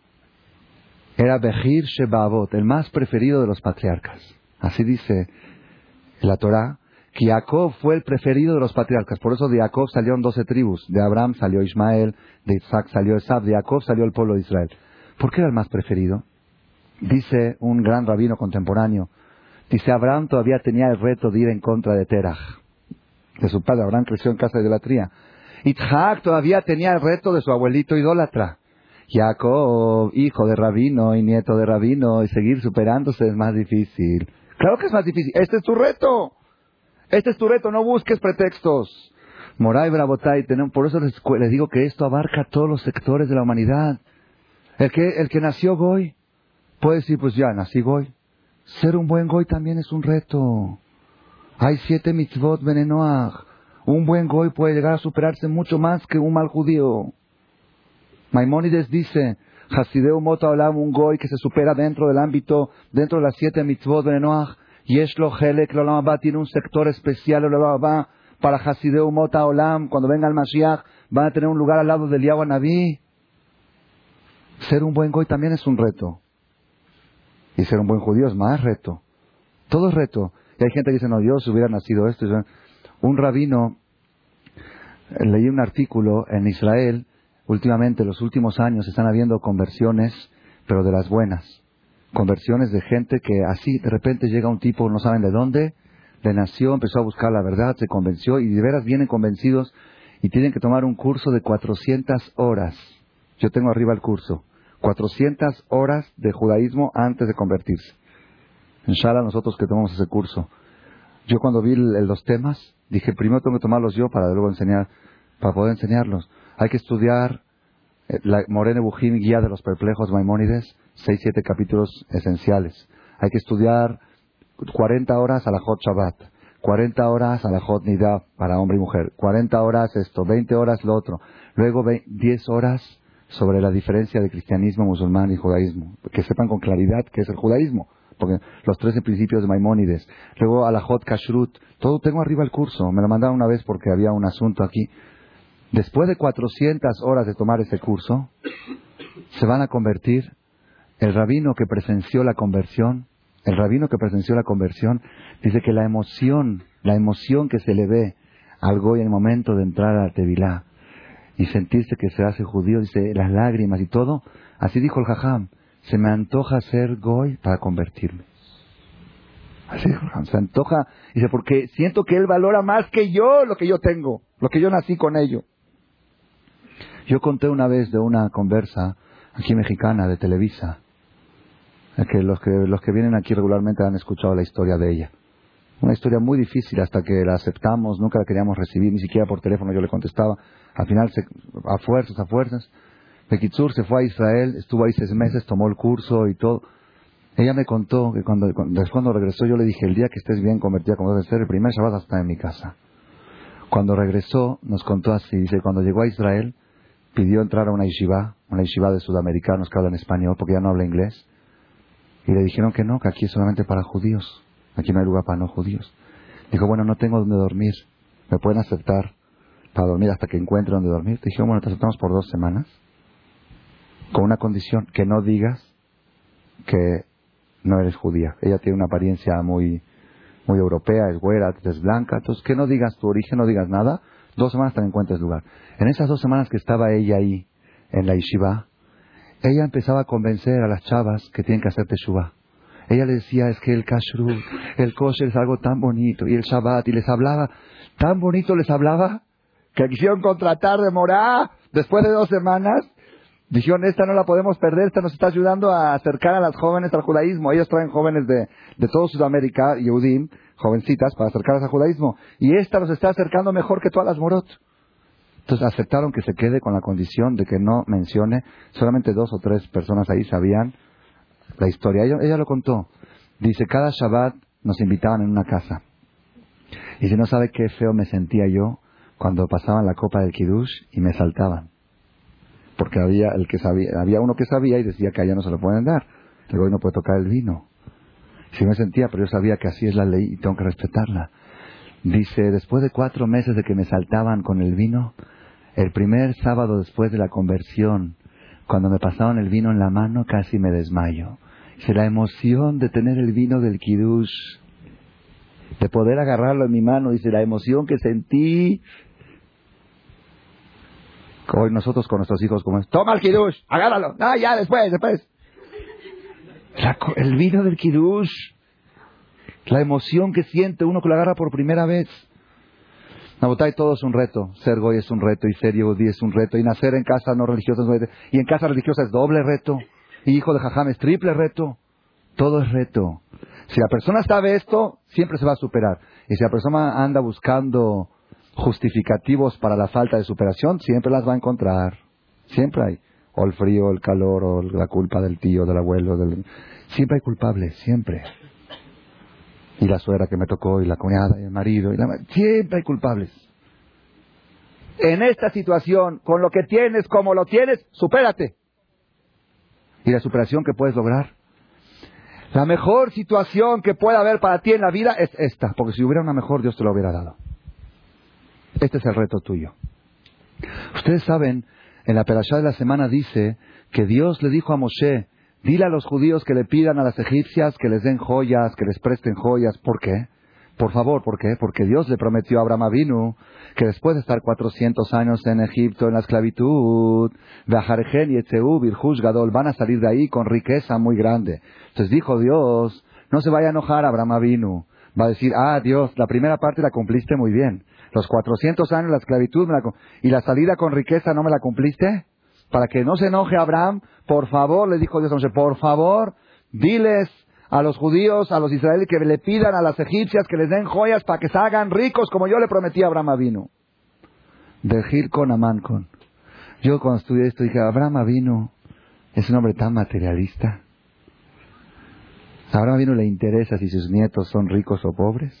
era Behir Sheba'avot, el más preferido de los patriarcas. Así dice la Torá, que Jacob fue el preferido de los patriarcas. Por eso de Jacob salieron doce tribus. De Abraham salió Ismael, de Isaac salió Esab, de Jacob salió el pueblo de Israel. ¿Por qué era el más preferido? Dice un gran rabino contemporáneo, dice, Abraham todavía tenía el reto de ir en contra de Terach, de su padre. Abraham creció en casa de idolatría. Isaac todavía tenía el reto de su abuelito idólatra. Jacob, hijo de rabino y nieto de rabino, y seguir superándose es más difícil. Claro que es más difícil. Este es tu reto. Este es tu reto. No busques pretextos. Moray Brabotay, por eso les, les digo que esto abarca todos los sectores de la humanidad. El que, el que nació Goy puede decir, pues ya, nací Goy. Ser un buen Goy también es un reto. Hay siete mitzvot benenoach. Un buen Goy puede llegar a superarse mucho más que un mal judío. Maimónides dice, Hasideu Mota Olam, un Goy que se supera dentro del ámbito, dentro de las siete mitzvot benenoach, Yeshlo Helek L'Olam Haba, tiene un sector especial L'Olam Haba para Hasideu Mota Olam. Cuando venga el Mashiach, van a tener un lugar al lado del Eliyahu Naví. Ser un buen Goy también es un reto. Y ser un buen judío es más reto. Todo es reto. Y hay gente que dice, no, Dios hubiera nacido esto. Un rabino, leí un artículo en Israel, últimamente, los últimos años, están habiendo conversiones, pero de las buenas. Conversiones de gente que así, de repente llega un tipo, no saben de dónde, le nació, empezó a buscar la verdad, se convenció, y de veras vienen convencidos, y tienen que tomar un curso de cuatrocientas horas. Yo tengo arriba el curso. cuatrocientas horas de judaísmo antes de convertirse. Inshallah, nosotros que tomamos ese curso. Yo cuando vi el, los temas, dije, primero tengo que tomarlos yo para luego enseñar, para poder enseñarlos. Hay que estudiar eh, la Morene Bujim, Guía de los Perplejos, Maimónides, seis, siete capítulos esenciales. Hay que estudiar cuarenta horas a la Hot Shabbat, cuarenta horas a la Hot Nidab para hombre y mujer, cuarenta horas esto, veinte horas lo otro, luego diez horas sobre la diferencia de cristianismo, musulmán y judaísmo. Que sepan con claridad qué es el judaísmo. Porque los trece principios de Maimónides. Luego Alajot Kashrut. Todo tengo arriba el curso. Me lo mandaron una vez porque había un asunto aquí. Después de cuatrocientas horas de tomar ese curso, se van a convertir. El rabino que presenció la conversión, el rabino que presenció la conversión, dice que la emoción, la emoción que se le ve al Goy en el momento de entrar a la Tevilá, y sentirse que se hace judío, dice, las lágrimas y todo. Así dijo el Jajam, se me antoja ser goy para convertirme. Así dijo el Jajam, se antoja, dice, porque siento que él valora más que yo lo que yo tengo, lo que yo nací con ello. Yo conté una vez de una conversa aquí mexicana de Televisa, que los que los que vienen aquí regularmente han escuchado la historia de ella. Una historia muy difícil hasta que la aceptamos, nunca la queríamos recibir, ni siquiera por teléfono yo le contestaba. Al final, se, a fuerzas, a fuerzas. Bekitsur se fue a Israel, estuvo ahí seis meses, tomó el curso y todo. Ella me contó que cuando, después cuando regresó yo le dije, el día que estés bien convertida como debe ser, el primer Shabbat vas a estar en mi casa. Cuando regresó nos contó así, dice, cuando llegó a Israel pidió entrar a una yeshiva, una yeshiva de sudamericanos que hablan español porque ya no habla inglés. Y le dijeron que no, que aquí es solamente para judíos. Aquí no hay lugar para no judíos. Dijo, bueno, no tengo donde dormir. ¿Me pueden aceptar para dormir hasta que encuentre donde dormir? Dijeron, bueno, te aceptamos por dos semanas. Con una condición, que no digas que no eres judía. Ella tiene una apariencia muy muy europea, es güera, es blanca. Entonces, que no digas tu origen, no digas nada. Dos semanas hasta que encuentres lugar. En esas dos semanas que estaba ella ahí, en la yeshiva, ella empezaba a convencer a las chavas que tienen que hacer teshuvah. Ella les decía, es que el kashrut, el kosher es algo tan bonito, y el Shabbat, y les hablaba, tan bonito les hablaba, que quisieron contratar de morá, después de dos semanas, dijeron, esta no la podemos perder, esta nos está ayudando a acercar a las jóvenes al judaísmo. Ellos traen jóvenes de, de todo Sudamérica, Yehudim, jovencitas, para acercarlas al judaísmo, y esta nos está acercando mejor que todas las morot. Entonces aceptaron que se quede con la condición de que no mencione, solamente dos o tres personas ahí sabían la historia. Ella, ella lo contó. Dice, cada Shabbat nos invitaban en una casa. Y si no sabe qué feo me sentía yo cuando pasaban la copa del Kiddush y me saltaban. Porque había el que sabía, había uno que sabía y decía que allá no se lo pueden dar. El goy no puede tocar el vino. Si me sentía, pero yo sabía que así es la ley y tengo que respetarla. Dice, después de cuatro meses de que me saltaban con el vino, el primer sábado después de la conversión, cuando me pasaban el vino en la mano, casi me desmayo. Dice, la emoción de tener el vino del Kiddush, de poder agarrarlo en mi mano, dice, la emoción que sentí. Hoy nosotros con nuestros hijos, como es, toma el Kiddush, agárralo, ah, ya, después, después. La, el vino del Kiddush, la emoción que siente uno que lo agarra por primera vez. Nabotay, todo es un reto. Ser goy es un reto, y ser yehudí es un reto, y nacer en casa no religiosa es un reto, y en casa religiosa es doble reto, y hijo de jajam es triple reto. Todo es reto. Si la persona sabe esto, siempre se va a superar. Y si la persona anda buscando justificativos para la falta de superación, siempre las va a encontrar. Siempre hay. O el frío, o el calor, o la culpa del tío, del abuelo. Del... Siempre hay culpables, siempre. Y la suegra que me tocó, y la cuñada, y el marido, y la... siempre hay culpables. En esta situación, con lo que tienes, como lo tienes, supérate. Y la superación que puedes lograr, la mejor situación que pueda haber para ti en la vida es esta, porque si hubiera una mejor, Dios te lo hubiera dado. Este es el reto tuyo. Ustedes saben, en la perashá de la semana dice que Dios le dijo a Moshe, dile a los judíos que le pidan a las egipcias que les den joyas, que les presten joyas. ¿Por qué? Por favor, ¿por qué? Porque Dios le prometió a Abraham Avinu que después de estar cuatrocientos años en Egipto, en la esclavitud, Beajarjen y Etzeú, Birjush Gadol, van a salir de ahí con riqueza muy grande. Entonces dijo Dios, no se vaya a enojar Abraham Avinu. Va a decir, ah, Dios, la primera parte la cumpliste muy bien. Los cuatrocientos años, la esclavitud, me la, y la salida con riqueza, ¿no me la cumpliste? Para que no se enoje Abraham, por favor, le dijo Dios a Moshe, por favor, diles a los judíos, a los israelíes, que le pidan a las egipcias que les den joyas para que se hagan ricos, como yo le prometí a Abraham Avinu. De Gil con Amán con. Yo cuando estudié esto dije, Abraham Avinu es un hombre tan materialista. ¿A Abraham Avinu le interesa si sus nietos son ricos o pobres?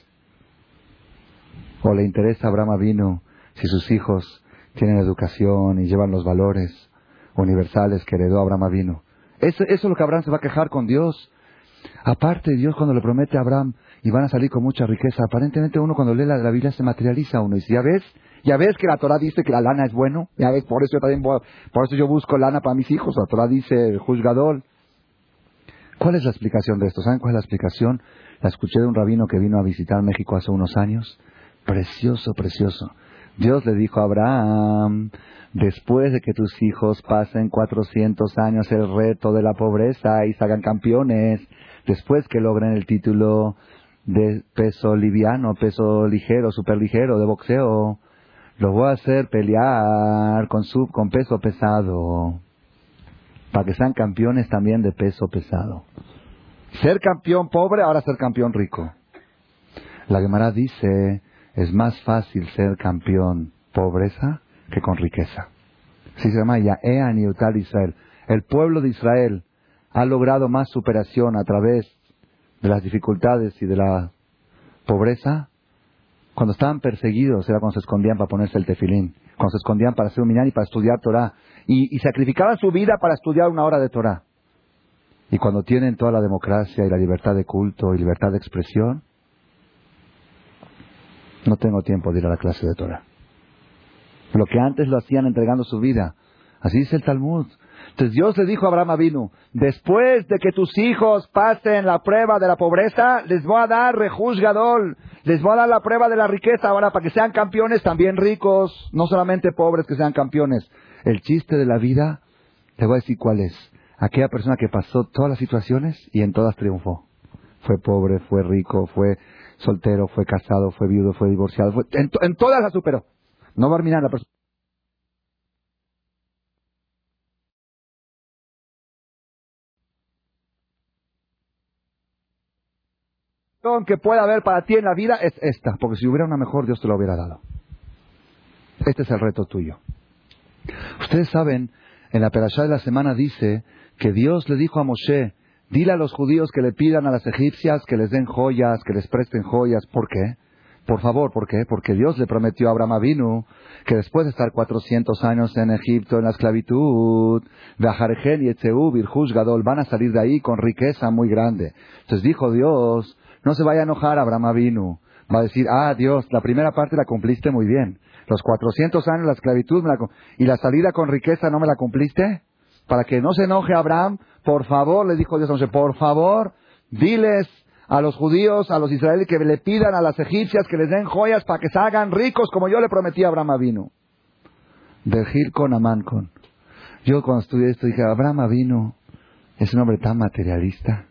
¿O le interesa a Abraham Avinu si sus hijos tienen educación y llevan los valores universales que heredó Abraham Avinu? Eso, eso es lo que Abraham se va a quejar con Dios. Aparte, Dios cuando le promete a Abraham y van a salir con mucha riqueza, aparentemente uno cuando lee la, la Biblia se materializa uno y dice, ya ves, ya ves que la Torah dice que la lana es bueno, ya ves, por eso yo también voy, por eso yo busco lana para mis hijos, la Torah dice el juzgador. ¿Cuál es la explicación de esto? ¿Saben cuál es la explicación? La escuché de un rabino que vino a visitar México hace unos años. Precioso, precioso. Dios le dijo a Abraham, después de que tus hijos pasen cuatrocientos años el reto de la pobreza y se hagan campeones, después que logren el título de peso liviano, peso ligero, superligero, de boxeo, los voy a hacer pelear con, sub, con peso pesado, para que sean campeones también de peso pesado. Ser campeón pobre, ahora ser campeón rico. La Gemara dice, es más fácil ser campeón pobreza que con riqueza. Así se llama Yaea Niutal Israel. El pueblo de Israel ha logrado más superación a través de las dificultades y de la pobreza. Cuando estaban perseguidos era cuando se escondían para ponerse el tefilín, cuando se escondían para hacer un minyan y para estudiar Torah, y, y sacrificaban su vida para estudiar una hora de Torah. Y cuando tienen toda la democracia y la libertad de culto y libertad de expresión, no tengo tiempo de ir a la clase de Torah. Lo que antes lo hacían entregando su vida. Así dice el Talmud. Entonces Dios le dijo a Abraham Avinu, después de que tus hijos pasen la prueba de la pobreza, les voy a dar Rehush Gadol, les voy a dar la prueba de la riqueza ahora para que sean campeones también ricos, no solamente pobres, que sean campeones. El chiste de la vida, te voy a decir cuál es. Aquella persona que pasó todas las situaciones y en todas triunfó. Fue pobre, fue rico, fue soltero, fue casado, fue viudo, fue divorciado, fue, en, to, en todas las superó. No va a terminar la persona que pueda haber para ti en la vida es esta, porque si hubiera una mejor, Dios te la hubiera dado. Este es el reto tuyo. Ustedes saben, en la perashá de la semana dice que Dios le dijo a Moshe, dile a los judíos que le pidan a las egipcias que les den joyas, que les presten joyas. ¿Por qué? Por favor, ¿por qué? Porque Dios le prometió a Abraham Avinu que después de estar cuatrocientos años en Egipto, en la esclavitud, Beajarejel y Etzeu, Birjush Gadol, van a salir de ahí con riqueza muy grande. Entonces dijo Dios, no se vaya a enojar Abraham Avinu. Va a decir, ah, Dios, la primera parte la cumpliste muy bien. Los cuatrocientos años la esclavitud me la, y la salida con riqueza no me la cumpliste. Para que no se enoje Abraham, por favor, le dijo Dios a Moshe, por favor, diles a los judíos, a los israelíes, que le pidan a las egipcias que les den joyas para que se hagan ricos, como yo le prometí a Abraham Avinu. De Gil con Amán con. Yo cuando estudié esto dije, Abraham Avinu es un hombre tan materialista.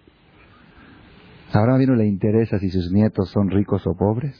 ¿A Abraham Avinu le interesa si sus nietos son ricos o pobres?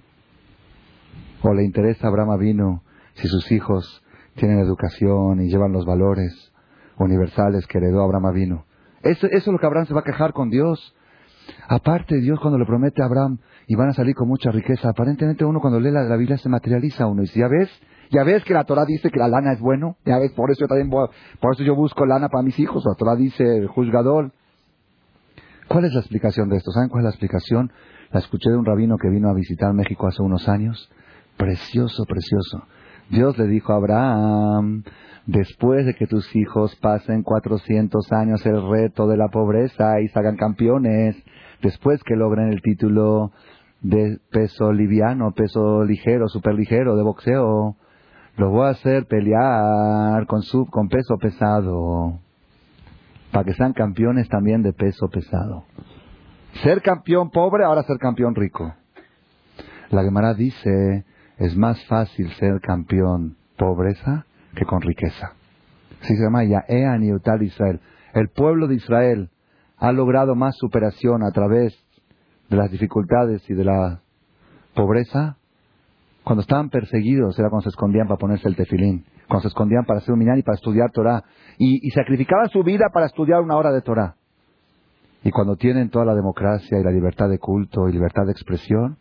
¿O le interesa a Abraham Avinu si sus hijos tienen educación y llevan los valores universales que heredó Abraham Avinu? Eso, eso es lo que Abraham se va a quejar con Dios. Aparte, Dios cuando le promete a Abraham y van a salir con mucha riqueza, aparentemente uno cuando lee la, la Biblia se materializa uno y dice, ya ves, ya ves que la Torah dice que la lana es bueno, ya ves, por eso yo también voy, por eso yo busco lana para mis hijos, la Torah dice juzgador. ¿Cuál es la explicación de esto? ¿Saben cuál es la explicación? La escuché de un rabino que vino a visitar México hace unos años. Precioso, precioso. Dios le dijo a Abraham, después de que tus hijos pasen cuatrocientos años el reto de la pobreza y se hagan campeones, después que logren el título de peso liviano, peso ligero, superligero, de boxeo, los voy a hacer pelear con, sub, con peso pesado, para que sean campeones también de peso pesado. Ser campeón pobre, ahora ser campeón rico. La Gemara dice, es más fácil ser campeón pobreza que con riqueza. Así se llama Yaea Niutal Israel. El pueblo de Israel ha logrado más superación a través de las dificultades y de la pobreza. Cuando estaban perseguidos era cuando se escondían para ponerse el tefilín, cuando se escondían para hacer un minyan y para estudiar Torah, y, y sacrificaban su vida para estudiar una hora de Torah. Y cuando tienen toda la democracia y la libertad de culto y libertad de expresión,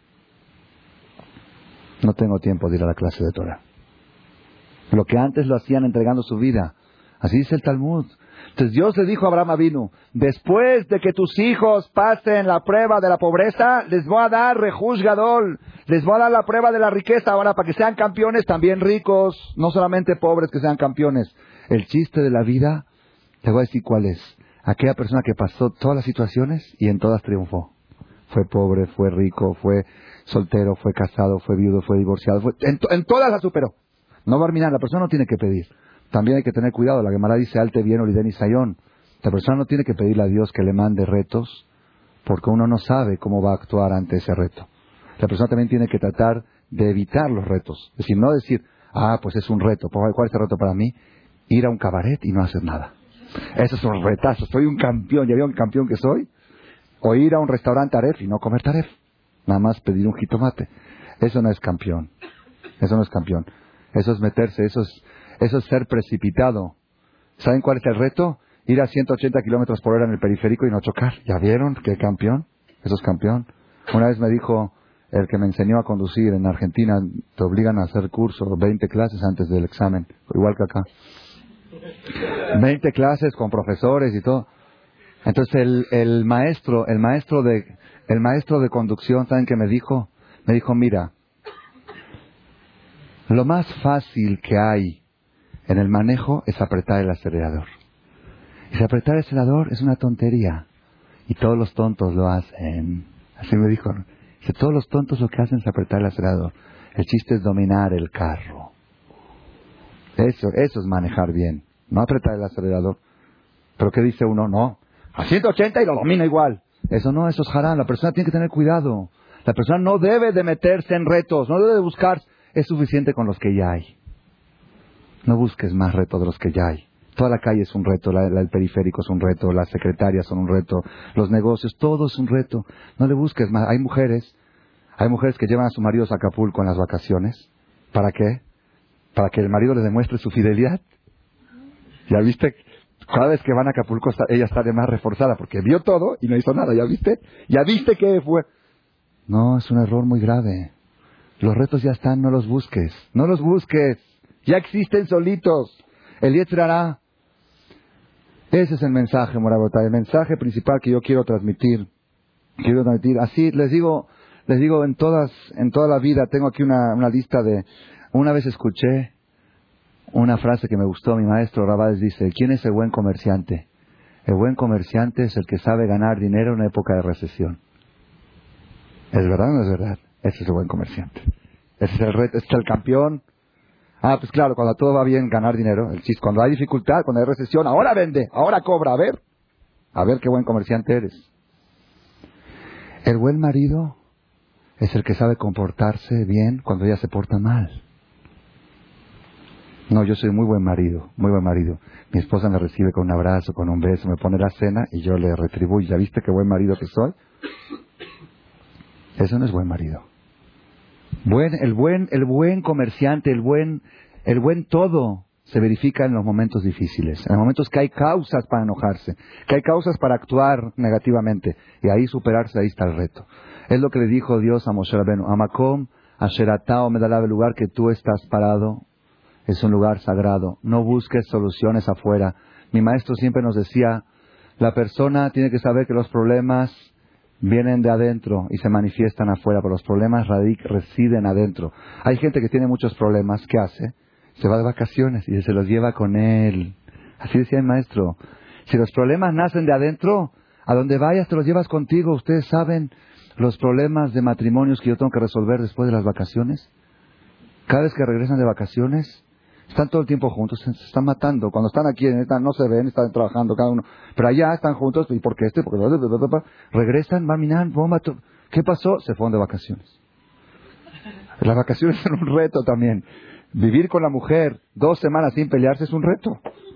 no tengo tiempo de ir a la clase de Torah. Lo que antes lo hacían entregando su vida. Así dice el Talmud. Entonces Dios le dijo a Abraham Avinu, después de que tus hijos pasen la prueba de la pobreza, les voy a dar Rehush Gadol, les voy a dar la prueba de la riqueza ahora para que sean campeones también ricos, no solamente pobres, que sean campeones. El chiste de la vida, te voy a decir cuál es. Aquella persona que pasó todas las situaciones y en todas triunfó. Fue pobre, fue rico, fue soltero, fue casado, fue viudo, fue divorciado, fue, en, to, en todas las superó. No va a terminar, la persona no tiene que pedir. También hay que tener cuidado, la Gemara dice, alte bien oliden y sayón. La persona no tiene que pedirle a Dios que le mande retos, porque uno no sabe cómo va a actuar ante ese reto. La persona también tiene que tratar de evitar los retos. Es decir, no decir, ah, pues es un reto. ¿Cuál es el reto para mí? Ir a un cabaret y no hacer nada. Esos son retazos. Soy un campeón. ¿Ya vieron el campeón que soy? O ir a un restaurante taref y no comer taref. Nada más pedir un jitomate. Eso no es campeón. Eso no es campeón. Eso es meterse. Eso es, eso es ser precipitado. ¿Saben cuál es el reto? Ir a ciento ochenta kilómetros por hora en el periférico y no chocar. ¿Ya vieron qué campeón? Eso es campeón. Una vez me dijo el que me enseñó a conducir en Argentina, te obligan a hacer curso, veinte clases antes del examen, igual que acá. veinte clases con profesores y todo. Entonces el, el maestro, el maestro de, el maestro de conducción, ¿saben qué me dijo? Me dijo, mira, lo más fácil que hay en el manejo es apretar el acelerador. Y si apretar el acelerador es una tontería. Y todos los tontos lo hacen. Así me dijo. Dice, todos los tontos lo que hacen es apretar el acelerador. El chiste es dominar el carro. Eso, eso es manejar bien. No apretar el acelerador. Pero ¿qué dice uno? No. A ciento ochenta y lo domina igual. Eso no, eso es harán. La persona tiene que tener cuidado. La persona no debe de meterse en retos. No debe de buscar. Es suficiente con los que ya hay. No busques más retos de los que ya hay. Toda la calle es un reto, la, la, el periférico es un reto, las secretarias son un reto, los negocios, todo es un reto. No le busques más. Hay mujeres, hay mujeres que llevan a sus maridos a Acapulco en las vacaciones. ¿Para qué? Para que el marido les demuestre su fidelidad. ¿Ya viste? Cada vez que van a Acapulco ella está de más reforzada porque vio todo y no hizo nada. ¿Ya viste? ¿Ya viste qué fue? No, es un error muy grave. Los retos ya están, no los busques. No los busques. Ya existen solitos. El Yetzer Hará. Ese es el mensaje, Morabotay, el mensaje principal que yo quiero transmitir. Quiero transmitir. Así les digo, les digo en todas, en toda la vida. Tengo aquí una, una lista de. Una vez escuché una frase que me gustó. Mi maestro Rabades dice: ¿quién es el buen comerciante? El buen comerciante es el que sabe ganar dinero en una época de recesión. ¿Es verdad o no es verdad? Ese es el buen comerciante. Ese es el reto, ese es el campeón. Ah, pues claro, cuando todo va bien, ganar dinero. El chiste, cuando hay dificultad, cuando hay recesión, ahora vende, ahora cobra, a ver. A ver qué buen comerciante eres. El buen marido es el que sabe comportarse bien cuando ella se porta mal. No, yo soy muy buen marido, muy buen marido. Mi esposa me recibe con un abrazo, con un beso, me pone la cena y yo le retribuyo. ¿Ya viste qué buen marido que soy? Eso no es buen marido. Buen, el buen, el buen comerciante, el buen, el buen todo se verifica en los momentos difíciles, en los momentos que hay causas para enojarse, que hay causas para actuar negativamente, y ahí superarse, ahí está el reto. Es lo que le dijo Dios a Moshe Rabenu: Amakom asheratao medalav, el lugar que tú estás parado es un lugar sagrado, no busques soluciones afuera. Mi maestro siempre nos decía, la persona tiene que saber que los problemas vienen de adentro y se manifiestan afuera, pero los problemas radic, residen adentro. Hay gente que tiene muchos problemas, ¿qué hace? Se va de vacaciones y se los lleva con él. Así decía el maestro. Si los problemas nacen de adentro, a donde vayas te los llevas contigo. Ustedes saben los problemas de matrimonios que yo tengo que resolver después de las vacaciones. Cada vez que regresan de vacaciones, están todo el tiempo juntos, se están matando. Cuando están aquí, están, no se ven, están trabajando cada uno. Pero allá están juntos, ¿y por qué este? Porque regresan, van minando, bomba. ¿Qué pasó? Se fueron de vacaciones. Las vacaciones son un reto también. Vivir con la mujer dos semanas sin pelearse es un reto.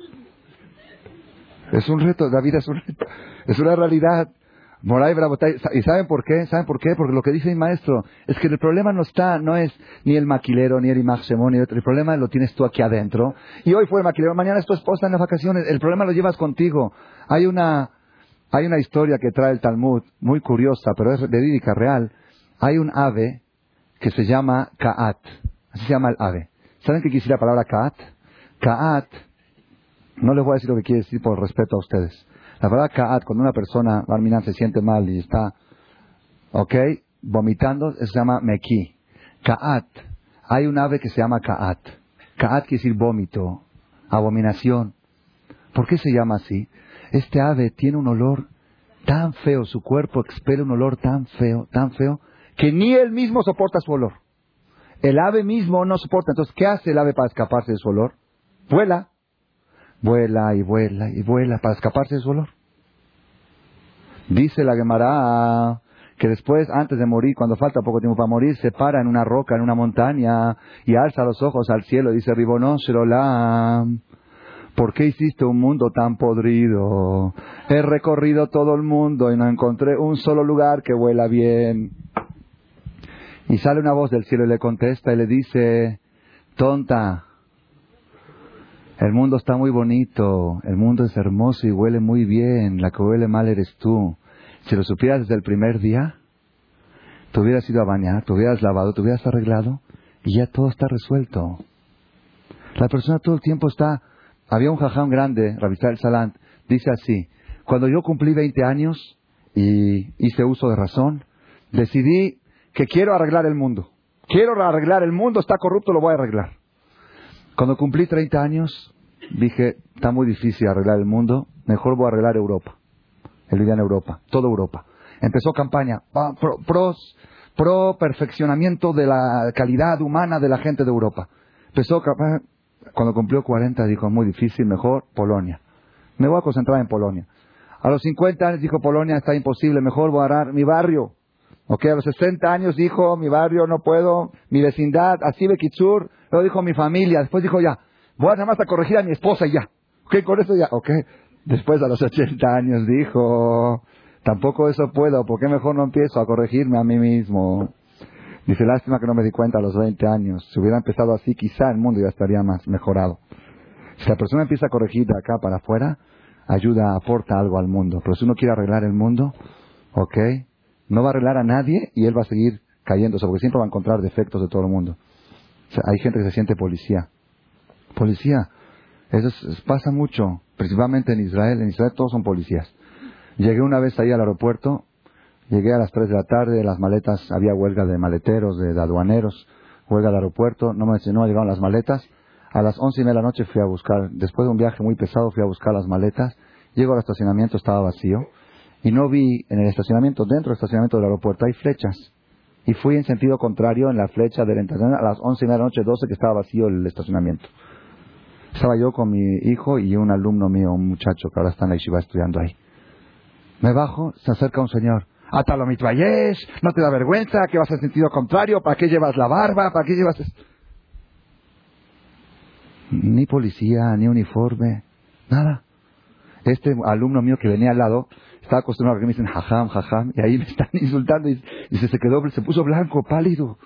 Es un reto, la vida es un reto. Es una realidad. Moray Brabotay. ¿Y saben por qué? ¿Saben por qué? Porque lo que dice mi maestro es que el problema no está, no es ni el maquilero, ni el Imach Shemón, ni el otro. El problema lo tienes tú aquí adentro. Y hoy fue el maquilero, mañana es tu esposa en las vacaciones. El problema lo llevas contigo. Hay una, hay una historia que trae el Talmud, muy curiosa, pero es verídica, real. Hay un ave que se llama Ka'at. Así se llama el ave. ¿Saben qué quiere decir la palabra Ka'at? Ka'at, no les voy a decir lo que quiere decir por respeto a ustedes. La palabra Ka'at, cuando una persona, Barminan, se siente mal y está, ok, vomitando, eso se llama Meki. Ka'at, hay un ave que se llama Ka'at. Ka'at quiere decir vómito, abominación. ¿Por qué se llama así? Este ave tiene un olor tan feo, su cuerpo expele un olor tan feo, tan feo, que ni él mismo soporta su olor. El ave mismo no soporta. Entonces, ¿qué hace el ave para escaparse de su olor? Vuela. Vuela y vuela y vuela para escaparse de su olor. Dice la Gemara que después, antes de morir, cuando falta poco tiempo para morir, se para en una roca, en una montaña, y alza los ojos al cielo y dice, Ribono Shel Olam, ¿por qué hiciste un mundo tan podrido? He recorrido todo el mundo y no encontré un solo lugar que huela bien. Y sale una voz del cielo y le contesta y le dice, tonta, el mundo está muy bonito, el mundo es hermoso y huele muy bien, la que huele mal eres tú. Si lo supieras desde el primer día, te hubieras ido a bañar, te hubieras lavado, te hubieras arreglado y ya todo está resuelto. La persona todo el tiempo está... Había un jajam grande, Rabbi Israel Salant, dice así, cuando yo cumplí veinte años y hice uso de razón, decidí que quiero arreglar el mundo. Quiero arreglar el mundo, está corrupto, lo voy a arreglar. Cuando cumplí treinta años, dije, está muy difícil arreglar el mundo, mejor voy a arreglar Europa. Él vivía en Europa, toda Europa. Empezó campaña pro, pro, pro perfeccionamiento de la calidad humana de la gente de Europa. Empezó campaña, cuando cumplió cuarenta dijo, muy difícil, mejor Polonia. Me voy a concentrar en Polonia. A los cincuenta años dijo, Polonia está imposible, mejor voy a agarrar mi barrio. Okay, a los sesenta años dijo, mi barrio no puedo, mi vecindad, así Bekitsur, luego dijo mi familia, después dijo ya, voy nada más a corregir a mi esposa y ya. Ok, con eso ya, ok. Después a los ochenta años dijo, tampoco eso puedo, ¿por qué mejor no empiezo a corregirme a mí mismo? Dice, lástima que no me di cuenta a los veinte años. Si hubiera empezado así, quizá el mundo ya estaría más mejorado. Si la persona empieza a corregir de acá para afuera, ayuda, aporta algo al mundo. Pero si uno quiere arreglar el mundo, ok, no va a arreglar a nadie y él va a seguir cayéndose, porque siempre va a encontrar defectos de todo el mundo. O sea, hay gente que se siente policía. Policía. Eso es, pasa mucho, principalmente en Israel. En Israel todos son policías. Llegué una vez ahí al aeropuerto, llegué a las tres de la tarde, las maletas, había huelga de maleteros, de, de aduaneros, huelga del aeropuerto, no me, no me llegaron las maletas. A las once y media de la noche fui a buscar, después de un viaje muy pesado, fui a buscar las maletas. Llego al estacionamiento, estaba vacío, y no vi en el estacionamiento, dentro del estacionamiento del aeropuerto, hay flechas. Y fui en sentido contrario en la flecha del estacionamiento, a las once y media de la noche, doce, que estaba vacío el estacionamiento. Estaba yo con mi hijo y un alumno mío, un muchacho que ahora está en la yeshiva estudiando ahí. Me bajo, se acerca un señor. Atalo mitvayesh, ¿no te da vergüenza? ¿Que vas en sentido contrario? ¿Para qué llevas la barba? ¿Para qué llevas esto? Ni policía, ni uniforme, nada. Este alumno mío que venía al lado estaba acostumbrado a que me dicen jajam, jajam, y ahí me están insultando y, y se, se quedó, se puso blanco, pálido.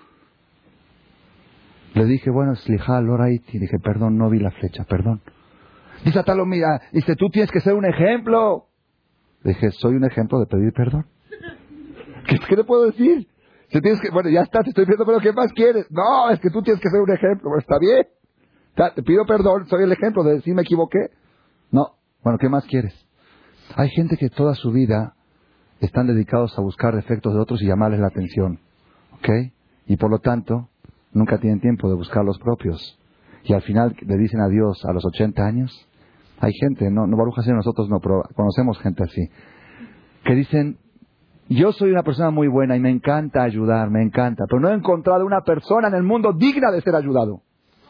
Le dije, bueno, slijá, loraiti, dije, perdón, no vi la flecha, perdón. Dice Atalo, mira, dice, tú tienes que ser un ejemplo. Le dije, soy un ejemplo de pedir perdón. ¿Qué, qué te puedo decir? Si tienes que, bueno, ya está, te estoy pidiendo, pero ¿qué más quieres? No, es que tú tienes que ser un ejemplo. Bueno, está bien. Te pido perdón, soy el ejemplo de decir me equivoqué. No, bueno, ¿qué más quieres? Hay gente que toda su vida están dedicados a buscar defectos de otros y llamarles la atención. ¿Ok? Y por lo tanto, nunca tienen tiempo de buscar los propios. Y al final le dicen adiós a los ochenta años. Hay gente, no, no Baruch Hashem, nosotros no, pero conocemos gente así, que dicen, yo soy una persona muy buena y me encanta ayudar, me encanta, pero no he encontrado una persona en el mundo digna de ser ayudado.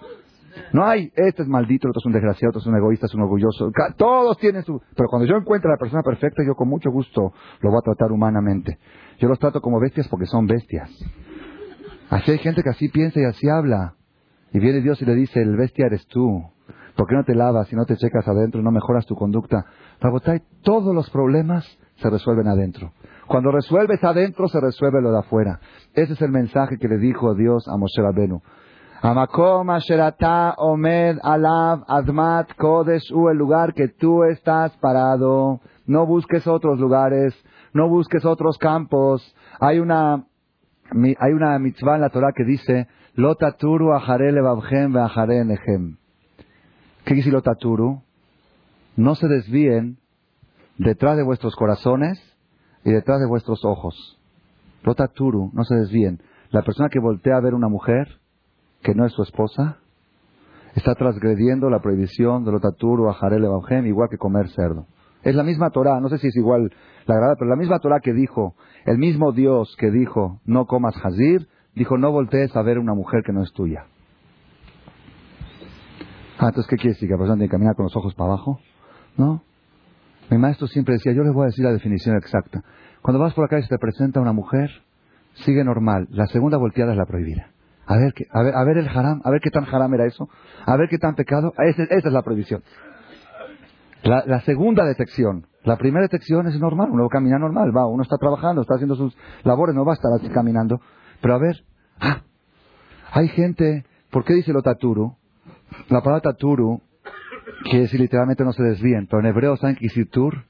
No hay, este es maldito, el otro es un desgraciado, otro es un egoísta, es un orgulloso. Todos tienen su... Pero cuando yo encuentro a la persona perfecta, yo con mucho gusto lo voy a tratar humanamente. Yo los trato como bestias porque son bestias. Así hay gente que así piensa y así habla. Y viene Dios y le dice, el bestia eres tú. ¿Por qué no te lavas y no te checas adentro y no mejoras tu conducta? Rabotay, todos los problemas se resuelven adentro. Cuando resuelves adentro, se resuelve lo de afuera. Ese es el mensaje que le dijo Dios a Moshe Rabenu. Amakom asherata omed alav admat kodesh u, el lugar que tú estás parado. No busques otros lugares, no busques otros campos. Hay una hay una mitzvah en la Torah que dice lo taturu acharei levavchem veacharei enechem. ¿Qué quiere decir lo taturu? No se desvíen detrás de vuestros corazones y detrás de vuestros ojos. Lo taturu, no se desvíen. La persona que voltea a ver una mujer que no es su esposa, está transgrediendo la prohibición de lo taturu acharei levavchem, igual que comer cerdo. Es la misma Torah, no sé si es igual la verdad, pero la misma Torah que dijo, el mismo Dios que dijo, no comas hazir, dijo, no voltees a ver una mujer que no es tuya. Ah, entonces, ¿qué quiere decir? ¿Que la persona tiene que caminar con los ojos para abajo? ¿No? Mi maestro siempre decía, yo les voy a decir la definición exacta. Cuando vas por la calle y se te presenta una mujer, sigue normal. La segunda volteada es la prohibida. A ver, qué, a ver, a ver el haram, a ver qué tan haram era eso, a ver qué tan pecado. Esa, esa es la prohibición. La, la segunda detección. La primera detección es normal, uno camina normal, va, uno está trabajando, está haciendo sus labores, no va a estar así caminando. Pero a ver, ah, hay gente, ¿por qué dice lo taturu? La palabra taturu, que si literalmente no se desvíen, pero en hebreo, ¿saben qué dice tur?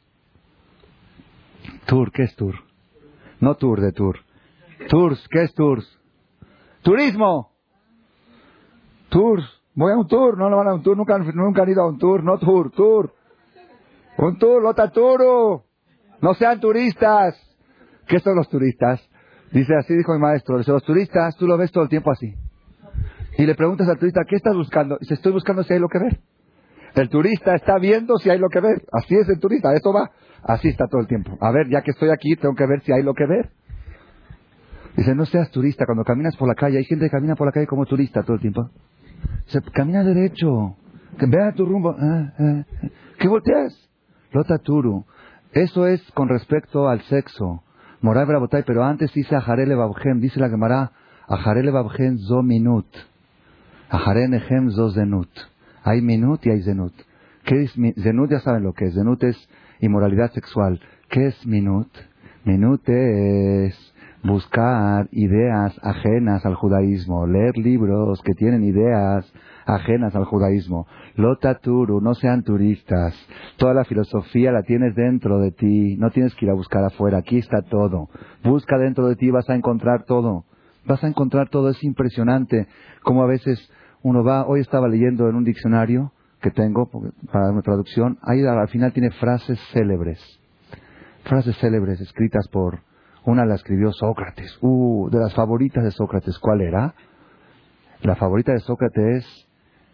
Tur, ¿qué es tur? No tour de tour. Tours, ¿qué es tours? Turismo. Tours, voy a un tour, no, no van a un tour, nunca, nunca han ido a un tour, no tour, tour. Un tour, lo taturu. No sean turistas. ¿Qué son los turistas? Dice, así dijo mi maestro, dice, los turistas, tú lo ves todo el tiempo así. Y le preguntas al turista, ¿qué estás buscando? Dice, estoy buscando si hay lo que ver. El turista está viendo si hay lo que ver. Así es el turista, eso va. Así está todo el tiempo. A ver, ya que estoy aquí, tengo que ver si hay lo que ver. Dice, no seas turista. Cuando caminas por la calle, hay gente que camina por la calle como turista todo el tiempo. Dice, camina derecho. Ve a tu rumbo. Ah, ah. ¿Qué volteas? Lo taturu. Eso es con respecto al sexo. Moray Brabotay, pero antes dice Ajarele Babjem, dice la Gemara, Ajarele Babjem zo minut. Ajarele Nehem zo zenut. Hay minut y hay zenut. ¿Qué es zenut? Ya saben lo que es. Zenut es inmoralidad sexual. ¿Qué es minut? Minut es buscar ideas ajenas al judaísmo, leer libros que tienen ideas ajenas al judaísmo. Lo taturu, no sean turistas. Toda la filosofía la tienes dentro de ti, no tienes que ir a buscar afuera, aquí está todo. Busca dentro de ti, vas a encontrar todo. Vas a encontrar todo, es impresionante como a veces uno va. Hoy estaba leyendo en un diccionario que tengo para una traducción, ahí al final tiene frases célebres. Frases célebres escritas por... Una la escribió Sócrates. Uh, de las favoritas de Sócrates, ¿cuál era? La favorita de Sócrates es: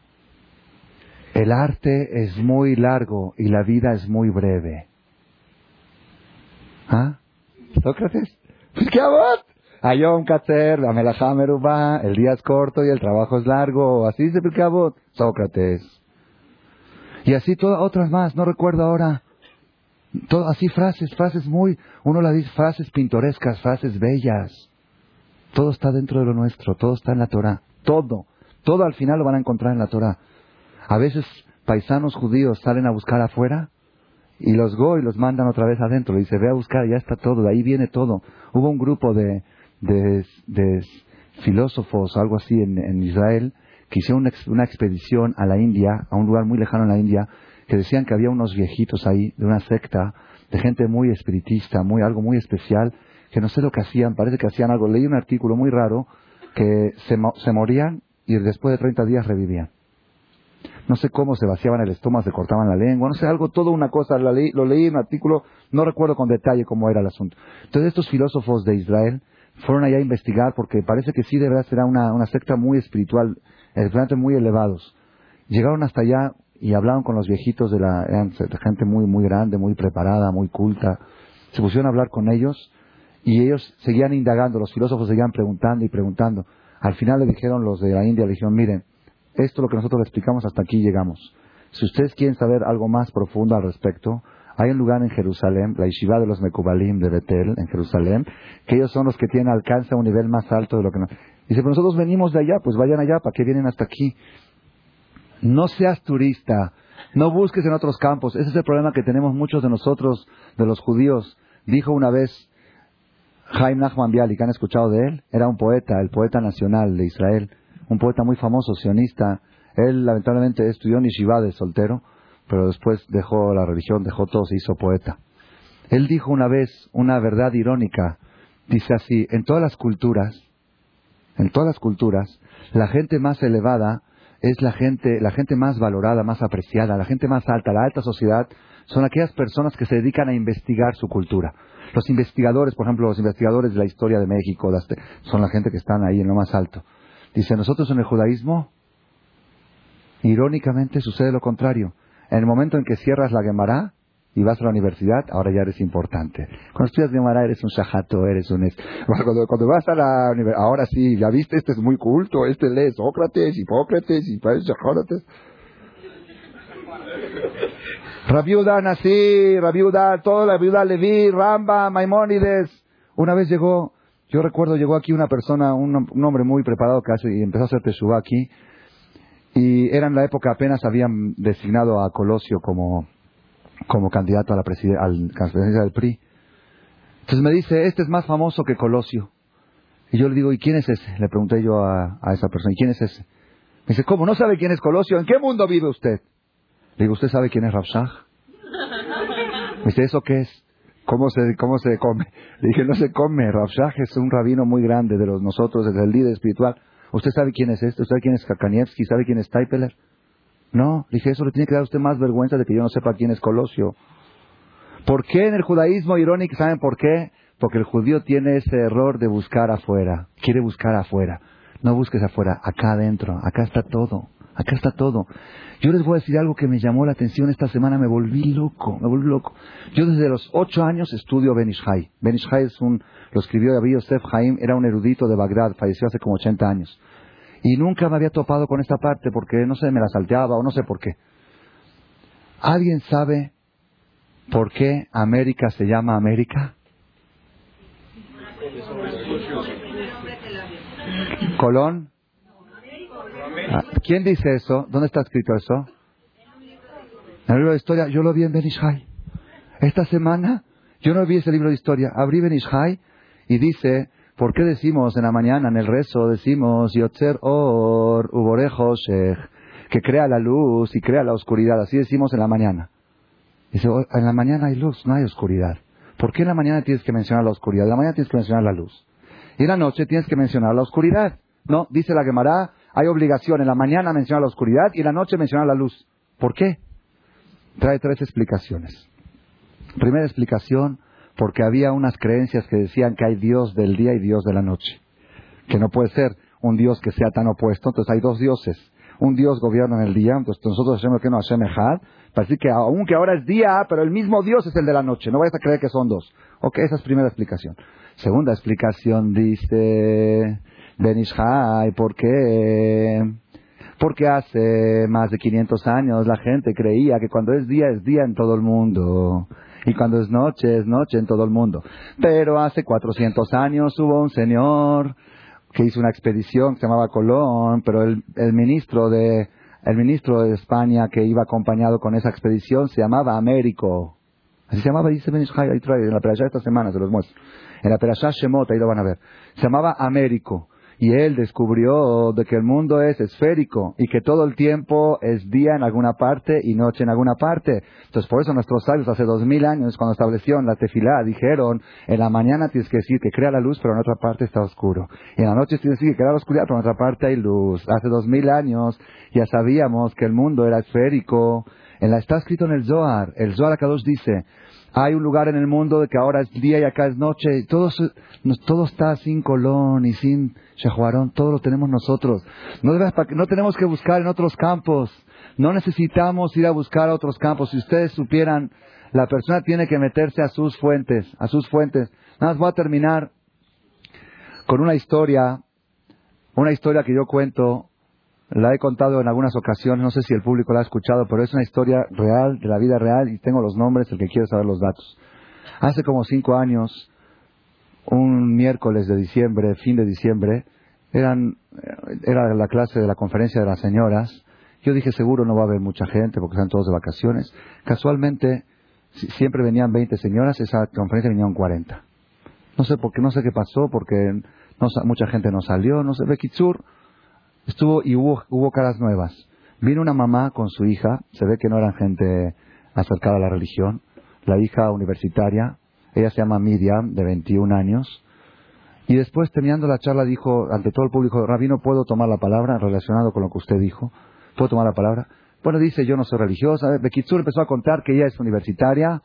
el arte es muy largo y la vida es muy breve. ¿Ah? ¿Sócrates? ¿Qué abot? Ayom Katzer, la melajá merubá, el día es corto y el trabajo es largo. Así dice Pirkei Avot, Sócrates. Y así todas otras más, no recuerdo ahora. Todo, así frases, frases muy, uno la dice, frases pintorescas, frases bellas. Todo está dentro de lo nuestro, todo está en la Torah, todo, todo al final lo van a encontrar en la Torah. A veces paisanos judíos salen a buscar afuera y los goy los mandan otra vez adentro. Le dice, ve a buscar, ya está todo, de ahí viene todo. Hubo un grupo de, de, de filósofos o algo así en, en Israel que hicieron una, una expedición a la India, a un lugar muy lejano en la India, que decían que había unos viejitos ahí, de una secta, de gente muy espiritista, muy algo muy especial, que no sé lo que hacían, parece que hacían algo. Leí un artículo muy raro, que se, se morían y después de treinta días revivían. No sé cómo, se vaciaban el estómago, se cortaban la lengua, no sé, algo, todo una cosa, lo leí, lo leí en un artículo, no recuerdo con detalle cómo era el asunto. Entonces estos filósofos de Israel fueron allá a investigar, porque parece que sí de verdad será una, una secta muy espiritual, realmente muy elevados. Llegaron hasta allá y hablaron con los viejitos de la, eran gente muy muy grande, muy preparada, muy culta. Se pusieron a hablar con ellos y ellos seguían indagando, los filósofos seguían preguntando y preguntando. Al final le dijeron los de la India, le dijeron, miren, esto es lo que nosotros le explicamos, hasta aquí llegamos. Si ustedes quieren saber algo más profundo al respecto, hay un lugar en Jerusalén, la Yeshiva de los Mekubalim de Betel, en Jerusalén, que ellos son los que tienen alcance a un nivel más alto de lo que nos... Dice, pero nosotros venimos de allá, pues vayan allá, ¿para qué vienen hasta aquí? No seas turista, no busques en otros campos. Ese es el problema que tenemos muchos de nosotros, de los judíos. Dijo una vez Chaim Nachman Bialik, ¿han escuchado de él? Era un poeta, el poeta nacional de Israel, un poeta muy famoso, sionista. Él lamentablemente estudió en Yeshiva de soltero, pero después dejó la religión, dejó todo, se hizo poeta. Él dijo una vez una verdad irónica. Dice así, en todas las culturas, en todas las culturas, la gente más elevada es la gente, la gente más valorada, más apreciada, la gente más alta, la alta sociedad, son aquellas personas que se dedican a investigar su cultura. Los investigadores, por ejemplo, los investigadores de la historia de México, las, son la gente que están ahí en lo más alto. Dice, nosotros en el judaísmo, irónicamente sucede lo contrario. En el momento en que cierras la Gemara y vas a la universidad, ahora ya eres importante. Cuando estudias Gemara eres un shahato, eres un... Es... Cuando, cuando vas a la universidad, ahora sí, ya viste, este es muy culto, este lee Sócrates, Hipócrates, y parece Sócrates. Rabiuda Nasir, Rabiuda, toda la viuda Leví, Ramba, Maimónides. Una vez llegó, yo recuerdo, llegó aquí una persona, un, un hombre muy preparado que hace, y empezó a hacer teshuvá aquí. Y era en la época, apenas habían designado a Colosio como, como candidato a la presidencia, al presidencia del P R I. Entonces me dice, este es más famoso que Colosio. Y yo le digo, ¿y quién es ese? Le pregunté yo a, a esa persona, ¿y quién es ese? Me dice, ¿cómo? ¿No sabe quién es Colosio? ¿En qué mundo vive usted? Le digo, ¿usted sabe quién es Rav Shach? Me dice, ¿eso qué es? ¿Cómo se, cómo se come? Le dije, no se come. Rav Shach es un rabino muy grande de los nosotros, es el líder espiritual. ¿Usted sabe quién es este? ¿Usted sabe quién es Kakanievsky? ¿Sabe quién es Taipeler? No. Le dije, eso le tiene que dar a usted más vergüenza de que yo no sepa quién es Colosio. ¿Por qué en el judaísmo irónico? ¿Saben por qué? Porque el judío tiene ese error de buscar afuera. Quiere buscar afuera. No busques afuera, acá adentro. Acá está todo. Acá está todo. Yo les voy a decir algo que me llamó la atención esta semana. Me volví loco, me volví loco. Yo desde los ocho años estudio Ben Ish Hai. Ben Ish Hai es un, lo escribió Rabbi Yosef Haim, era un erudito de Bagdad, falleció hace como ochenta años. Y nunca me había topado con esta parte porque, no sé, me la salteaba o no sé por qué. ¿Alguien sabe por qué América se llama América? ¿Colón? ¿Quién dice eso? ¿Dónde está escrito eso? En el libro de historia. Yo lo vi en Ben Ish Hai. Esta semana yo no vi ese libro de historia. Abrí Ben Ish Hai y dice, ¿por qué decimos en la mañana, en el rezo, decimos Yotzer Or Ubore Hoshech, que crea la luz y crea la oscuridad? Así decimos en la mañana. Dice, en la mañana hay luz, no hay oscuridad. ¿Por qué en la mañana tienes que mencionar la oscuridad? En la mañana tienes que mencionar la luz. Y en la noche tienes que mencionar la oscuridad. No, dice la Gemara, hay obligación en la mañana mencionar la oscuridad y en la noche mencionar la luz. ¿Por qué? Trae tres explicaciones. Primera explicación, porque había unas creencias que decían que hay Dios del día y Dios de la noche. Que no puede ser un Dios que sea tan opuesto, entonces hay dos dioses. Un Dios gobierna en el día, entonces nosotros hacemos que no Hashem Echad, para decir que aunque ahora es día, pero el mismo Dios es el de la noche, no vayas a creer que son dos. Ok, esa es primera explicación. Segunda explicación dice Ben Ish Hai, ¿por qué? Porque hace más de quinientos años la gente creía que cuando es día es día en todo el mundo y cuando es noche es noche en todo el mundo. Pero hace cuatrocientos años hubo un señor que hizo una expedición que se llamaba Colón, pero el, el ministro de el ministro de España que iba acompañado con esa expedición se llamaba Américo. Así se llamaba, dice Ben Ish Hai, ahí trae, en la perashá esta semana se los muestro. En la perashá Shemot, ahí lo van a ver. Se llamaba Américo. Y él descubrió de que el mundo es esférico y que todo el tiempo es día en alguna parte y noche en alguna parte. Entonces, por eso nuestros sabios hace dos mil años, cuando establecieron la tefilá, dijeron, en la mañana tienes que decir que crea la luz, pero en otra parte está oscuro. Y en la noche tienes que decir que crea la oscuridad, pero en otra parte hay luz. Hace dos mil años ya sabíamos que el mundo era esférico. En la, está escrito en el Zohar. El Zohar HaKadosh dice, hay un lugar en el mundo de que ahora es día y acá es noche. Y todo, todo está sin Colón y sin Shehuarón. Todo lo tenemos nosotros. No, no tenemos que buscar en otros campos. No necesitamos ir a buscar a otros campos. Si ustedes supieran, la persona tiene que meterse a sus fuentes. A sus fuentes. Nada más voy a terminar con una historia. Una historia que yo cuento. La he contado en algunas ocasiones, no sé si el público la ha escuchado, pero es una historia real, de la vida real, y tengo los nombres, el que quiere saber los datos. Hace como cinco años, un miércoles de diciembre, fin de diciembre, eran, era la clase de la conferencia de las señoras. Yo dije, seguro no va a haber mucha gente porque están todos de vacaciones. Casualmente, siempre venían veinte señoras, esa conferencia venían cuarenta. No sé por qué, no sé qué pasó, porque no, mucha gente no salió, no sé, Bekitsur. Estuvo y hubo, hubo caras nuevas. Vino una mamá con su hija, se ve que no eran gente acercada a la religión, la hija universitaria, ella se llama Miriam, de veintiún años, y después terminando la charla dijo, ante todo el público, Rabino, ¿puedo tomar la palabra relacionado con lo que usted dijo? ¿Puedo tomar la palabra? Bueno, dice, yo no soy religiosa. Bekitsur empezó a contar que ella es universitaria,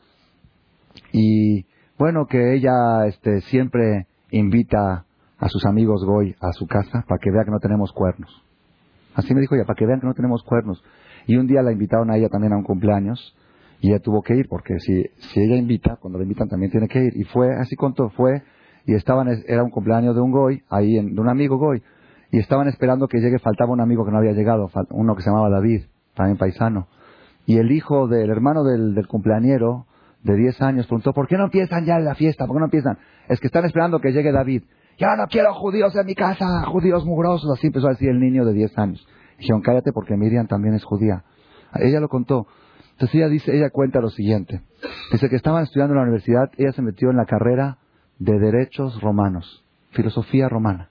y bueno, que ella este, siempre invita a sus amigos Goy a su casa para que vea que no tenemos cuernos. Así me dijo ella, para que vean que no tenemos cuernos. Y un día la invitaron a ella también a un cumpleaños y ella tuvo que ir porque si, si ella invita, cuando la invitan también tiene que ir. Y fue, así contó, fue y estaban, era un cumpleaños de un Goy, ahí en, de un amigo Goy, y estaban esperando que llegue, faltaba un amigo que no había llegado, uno que se llamaba David, también paisano. Y el hijo del hermano del, del cumpleañero de diez años preguntó, ¿por qué no empiezan ya la fiesta? ¿Por qué no empiezan? Es que están esperando que llegue David. Ya no quiero judíos en mi casa, judíos mugrosos. Así empezó a decir el niño de diez años. Dijeron, cállate porque Miriam también es judía. Ella lo contó. Entonces ella dice, ella cuenta lo siguiente. Dice que estaban estudiando en la universidad, ella se metió en la carrera de Derechos Romanos, filosofía romana.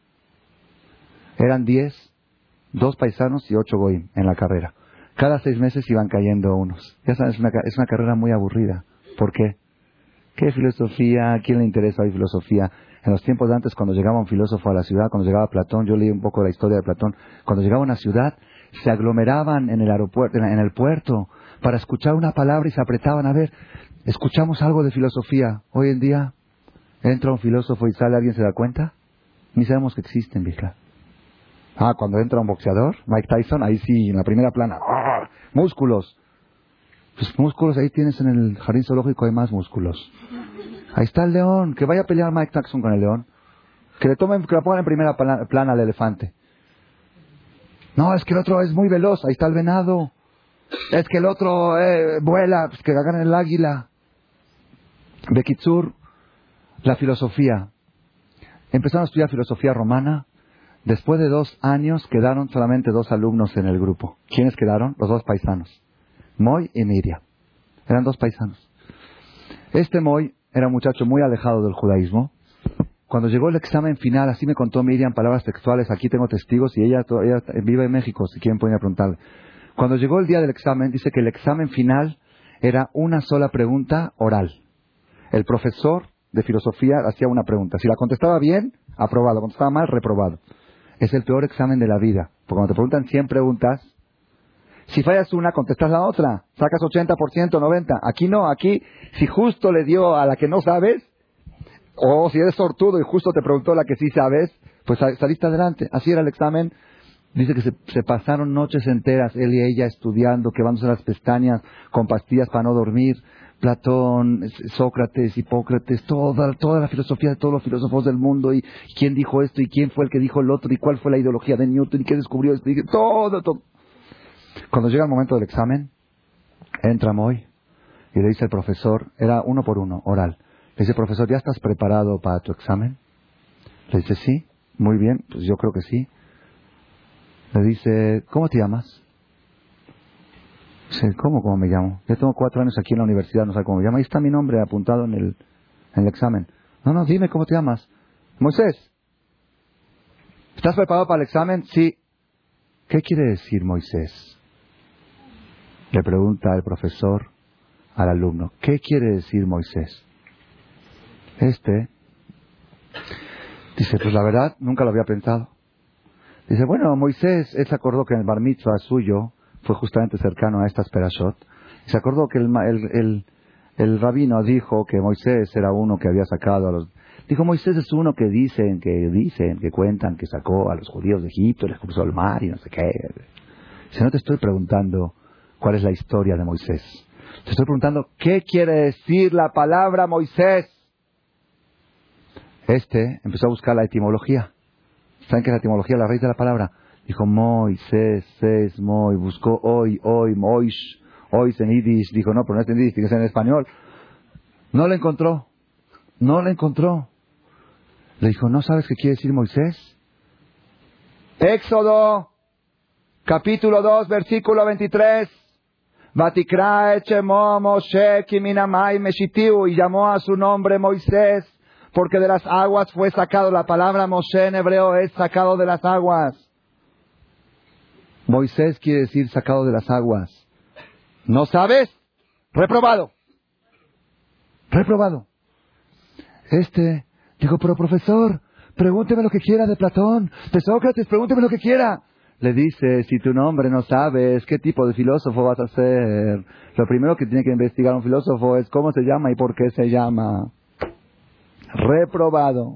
Eran diez, dos paisanos y ocho goim en la carrera. Cada seis meses iban cayendo unos. Ya sabes, es una, es una carrera muy aburrida. ¿Por qué? ¿Qué filosofía? ¿A quién le interesa hoy filosofía? En los tiempos de antes, cuando llegaba un filósofo a la ciudad, cuando llegaba Platón, yo leí un poco de la historia de Platón, cuando llegaba a una ciudad, se aglomeraban en el aeropuerto, en el puerto, para escuchar una palabra y se apretaban a ver, escuchamos algo de filosofía. Hoy en día, entra un filósofo y sale, ¿alguien se da cuenta? Ni sabemos que existen, Vizca. Ah, cuando entra un boxeador, Mike Tyson, ahí sí, en la primera plana, ¡ah! Músculos. Pues músculos, ahí tienes en el jardín zoológico, hay más músculos. Ahí está el león, que vaya a pelear Mike Tyson con el león. Que le tomen, que le pongan en primera plana, plana al elefante. No, es que el otro es muy veloz, ahí está el venado. Es que el otro eh, vuela, pues que hagan el águila. Bekitsur, la filosofía. Empezaron a estudiar filosofía romana. Después de dos años quedaron solamente dos alumnos en el grupo. ¿Quiénes quedaron? Los dos paisanos. Moy y Miriam. Eran dos paisanos. Este Moy era un muchacho muy alejado del judaísmo. Cuando llegó el examen final, así me contó Miriam, palabras textuales, aquí tengo testigos y ella, ella vive en México, si quieren pueden preguntarle. Cuando llegó el día del examen, dice que el examen final era una sola pregunta oral. El profesor de filosofía hacía una pregunta. Si la contestaba bien, aprobado. Contestaba mal, reprobado. Es el peor examen de la vida. Porque cuando te preguntan cien preguntas, si fallas una, contestas la otra. Sacas ochenta por ciento, noventa por ciento. Aquí no, aquí, si justo le dio a la que no sabes, o si eres sortudo y justo te preguntó la que sí sabes, pues saliste adelante. Así era el examen. Dice que se, se pasaron noches enteras, él y ella, estudiando, quemándose las pestañas con pastillas para no dormir. Platón, Sócrates, Hipócrates, toda, toda la filosofía de todos los filósofos del mundo, y quién dijo esto, y quién fue el que dijo el otro, y cuál fue la ideología de Newton, y qué descubrió esto, y todo, todo. Cuando llega el momento del examen, entra Moy, y le dice al profesor, era uno por uno, oral, le dice, profesor, ¿ya estás preparado para tu examen? Le dice, sí, muy bien, pues yo creo que sí. Le dice, ¿cómo te llamas? Dice, ¿cómo, cómo me llamo? Ya tengo cuatro años aquí en la universidad, no sé cómo me llamo. Ahí está mi nombre apuntado en el, en el examen. No, no, dime cómo te llamas. Moisés. ¿Estás preparado para el examen? Sí. ¿Qué quiere decir Moisés? Le pregunta el profesor al alumno. ¿Qué quiere decir Moisés? Este dice, pues la verdad, nunca lo había pensado. Dice, bueno, Moisés, él se acordó que en el bar mitzvah suyo fue justamente cercano a estas perashot. Se acordó que el, el, el, el rabino dijo que Moisés era uno que había sacado a los... Dijo, Moisés es uno que dicen, que dicen, que cuentan, que sacó a los judíos de Egipto, les cruzó el mar y no sé qué. Dice, no te estoy preguntando cuál es la historia de Moisés. Te estoy preguntando, ¿qué quiere decir la palabra Moisés? Este empezó a buscar la etimología. ¿Saben qué es la etimología? La raíz de la palabra. Dijo Moisés, ses, Moy. Buscó hoy, hoy, Moish, hoy en Yiddish. Dijo, no, pero no es en Yiddish, tiene que ser en español. No le encontró. No le encontró. Le dijo, ¿no sabes qué quiere decir Moisés? Éxodo, capítulo dos, versículo veintitrés. Vatikra echemo Moshe kiminamai meshitiu. Y llamó a su nombre Moisés, porque de las aguas fue sacado. La palabra Moshe en hebreo es sacado de las aguas. Moisés quiere decir sacado de las aguas. ¿No sabes? Reprobado. Reprobado. Este dijo, pero profesor, pregúnteme lo que quiera de Platón, de Sócrates, pregúnteme lo que quiera. Le dice, si tu nombre no sabes, ¿qué tipo de filósofo vas a ser? Lo primero que tiene que investigar un filósofo es cómo se llama y por qué se llama. Reprobado.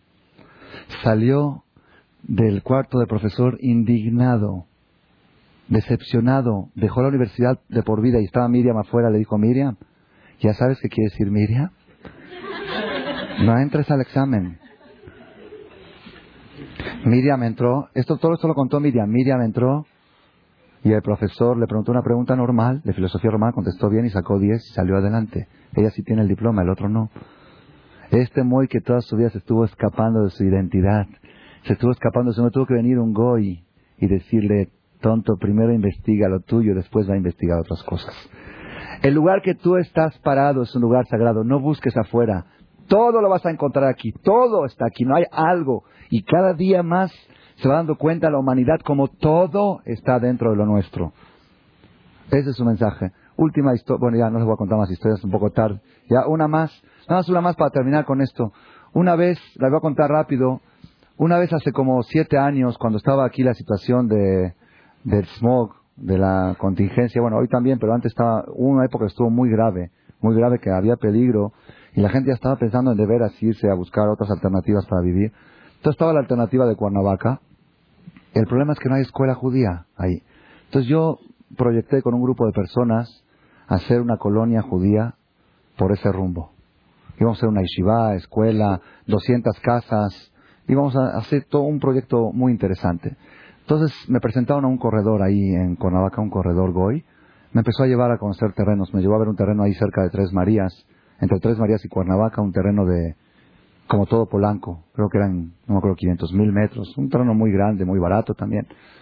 Salió del cuarto del profesor indignado, decepcionado, dejó la universidad de por vida y estaba Miriam afuera. Le dijo, Miriam, ¿ya sabes qué quiere decir Miriam? No entres al examen. Miriam entró, esto todo esto lo contó Miriam. Miriam entró Y el profesor le preguntó una pregunta normal, de filosofía romana, contestó bien y sacó diez y salió adelante. Ella sí tiene el diploma, el otro no. Este Moy que toda su vida se estuvo escapando de su identidad, se estuvo escapando, se me tuvo que venir un goy y decirle, tonto, primero investiga lo tuyo, después va a investigar otras cosas. El lugar que tú estás parado es un lugar sagrado, no busques afuera. Todo lo vas a encontrar aquí, todo está aquí, no hay algo. Y cada día más se va dando cuenta la humanidad como todo está dentro de lo nuestro. Ese es su mensaje. Última historia, bueno, ya no les voy a contar más historias, un poco tarde. Ya, una más, nada más una más para terminar con esto. Una vez, la voy a contar rápido, una vez hace como siete años, cuando estaba aquí la situación de del smog, de la contingencia, bueno, hoy también, pero antes estaba, hubo una época que estuvo muy grave, muy grave, que había peligro, y la gente ya estaba pensando en de veras irse a buscar otras alternativas para vivir. Entonces estaba la alternativa de Cuernavaca. El problema es que no hay escuela judía ahí. Entonces yo proyecté con un grupo de personas hacer una colonia judía por ese rumbo. Íbamos a hacer una yeshiva, escuela, doscientas casas, íbamos a hacer todo un proyecto muy interesante. Entonces me presentaron a un corredor ahí en Cuernavaca, un corredor goy. Me empezó a llevar a conocer terrenos, me llevó a ver un terreno ahí cerca de Tres Marías, entre Tres Marías y Cuernavaca, un terreno de, como todo Polanco, creo que eran, no me acuerdo, quinientos mil metros, un terreno muy grande, muy barato también.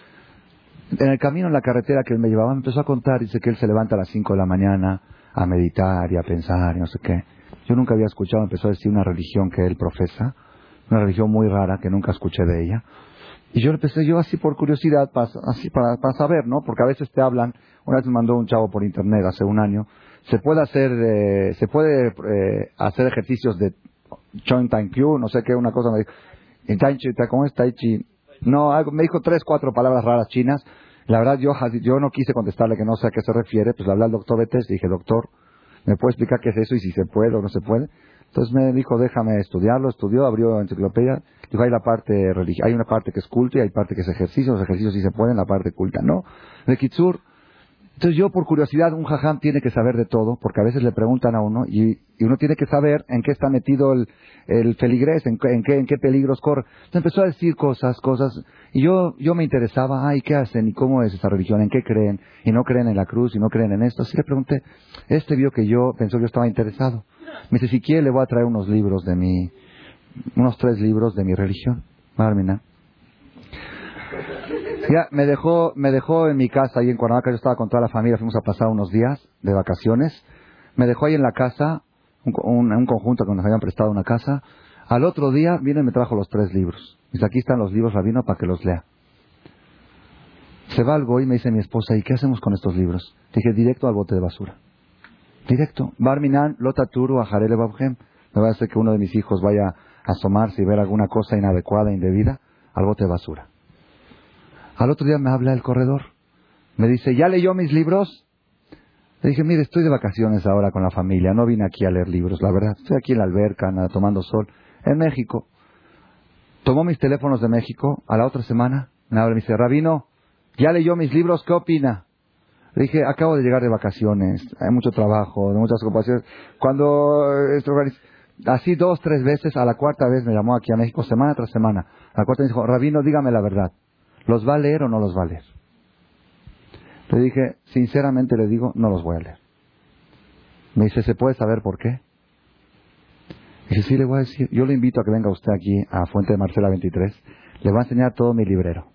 En el camino, en la carretera que él me llevaba, me empezó a contar, dice que él se levanta a las cinco de la mañana a meditar y a pensar y no sé qué. Yo nunca había escuchado, empezó a decir una religión que él profesa, una religión muy rara que nunca escuché de ella. Y yo empecé, yo así por curiosidad, para, así para, para saber, ¿no? Porque a veces te hablan, una vez me mandó un chavo por internet hace un año, se puede hacer, eh, se puede eh, hacer ejercicios de Chon Tan Kyu, no sé qué, una cosa me dijo, en Tai Chi, ¿cómo es Tai Chi? No, algo, me dijo tres, cuatro palabras raras chinas. La verdad, yo, yo no quise contestarle que no sé a qué se refiere, pues le hablé al doctor Betes, dije, doctor, ¿me puede explicar qué es eso y si se puede o no se puede? Entonces me dijo, déjame estudiarlo, estudió, abrió enciclopedia, dijo, hay la parte religiosa, hay una parte que es culta y hay parte que es ejercicio, los ejercicios sí se pueden, la parte culta no. De Kitsur, entonces yo por curiosidad, un jajam tiene que saber de todo, porque a veces le preguntan a uno, y, y uno tiene que saber en qué está metido el, el feligrés, en, en, qué, en qué peligros corre. Entonces empezó a decir cosas, cosas, y yo, yo me interesaba, ay, ¿qué hacen? ¿Y cómo es esa religión? ¿En qué creen? ¿Y no creen en la cruz? ¿Y no creen en esto? Así le pregunté. Este vio que yo, pensó que yo estaba interesado. Me dice, si quiere le voy a traer unos libros de mi, unos tres libros de mi religión. Marmina. Ya, me dejó, me dejó en mi casa ahí en Cuernavaca, yo estaba con toda la familia, fuimos a pasar unos días de vacaciones. Me dejó ahí en la casa, un, un, un conjunto que nos habían prestado una casa. Al otro día vino y me trajo los tres libros. Dice, aquí están los libros, Rabino, para que los lea. Se va algo y me dice mi esposa, ¿y qué hacemos con estos libros? Dije, directo al bote de basura. Directo. Barminan, Lotaturu, Ajarele Babhem. Me va a hacer que uno de mis hijos vaya a asomarse y ver alguna cosa inadecuada, indebida, al bote de basura. Al otro día me habla el corredor. Me dice, ¿ya leyó mis libros? Le dije, mire, estoy de vacaciones ahora con la familia. No vine aquí a leer libros, la verdad. Estoy aquí en la alberca, nada, tomando sol. En México. Tomó mis teléfonos de México. A la otra semana me habla y me dice, Rabino, ¿ya leyó mis libros? ¿Qué opina? Le dije, acabo de llegar de vacaciones. Hay mucho trabajo, de muchas ocupaciones. Cuando... Así dos, tres veces. A la cuarta vez me llamó aquí a México, semana tras semana. A la cuarta me dijo, Rabino, dígame la verdad. ¿Los va a leer o no los va a leer? Le dije, sinceramente le digo, no los voy a leer. Me dice, ¿se puede saber por qué? Dice, sí, le voy a decir. Yo le invito a que venga usted aquí a Fuente de Marcela veintitrés. Le voy a enseñar todo mi librero.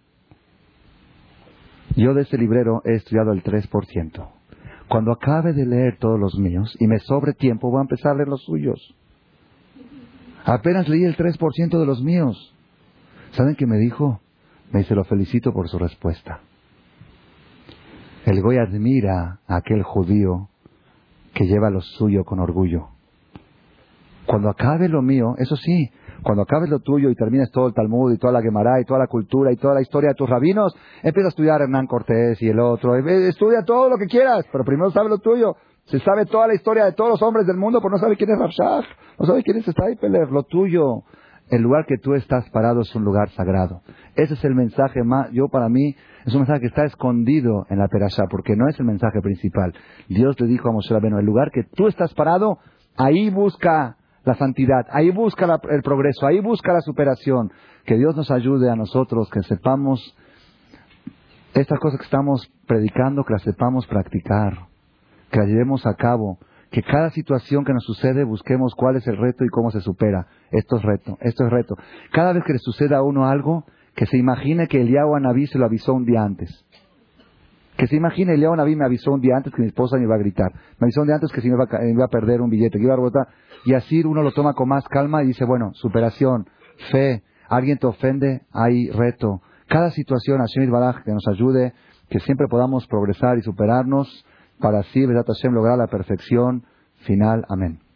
Yo de ese librero he estudiado el tres por ciento. Cuando acabe de leer todos los míos y me sobre tiempo, voy a empezar a leer los suyos. Apenas leí el tres por ciento de los míos. ¿Saben qué me dijo? Me dice, lo felicito por su respuesta. El Goy admira a aquel judío que lleva lo suyo con orgullo. Cuando acabe lo mío, eso sí, cuando acabes lo tuyo y termines todo el Talmud y toda la Gemara y toda la cultura y toda la historia de tus rabinos, empieza a estudiar a Hernán Cortés y el otro. Estudia todo lo que quieras, pero primero sabe lo tuyo. Se sabe toda la historia de todos los hombres del mundo, pero no sabe quién es Rav Shach, no sabe quién es Steipeler, lo tuyo. El lugar que tú estás parado es un lugar sagrado. Ese es el mensaje más, yo para mí, es un mensaje que está escondido en la Perashá, porque no es el mensaje principal. Dios le dijo a Moshe Rabbeinu, el lugar que tú estás parado, ahí busca la santidad, ahí busca la, el progreso, ahí busca la superación. Que Dios nos ayude a nosotros, que sepamos estas cosas que estamos predicando, que las sepamos practicar, que las llevemos a cabo, que cada situación que nos sucede busquemos cuál es el reto y cómo se supera. Esto es reto, esto es reto. Cada vez que le suceda a uno algo, que se imagine que Eliyahu Anabí se lo avisó un día antes. Que se imagine, Eliyahu Anabí me avisó un día antes que mi esposa me iba a gritar. Me avisó un día antes que se me iba a, me iba a perder un billete, que iba a rebotar. Y así uno lo toma con más calma y dice, bueno, superación, fe, alguien te ofende, hay reto. Cada situación, Hashem Yitbaraj, que nos ayude, que siempre podamos progresar y superarnos para así, Bezrat Hashem, lograr la perfección final. Amén.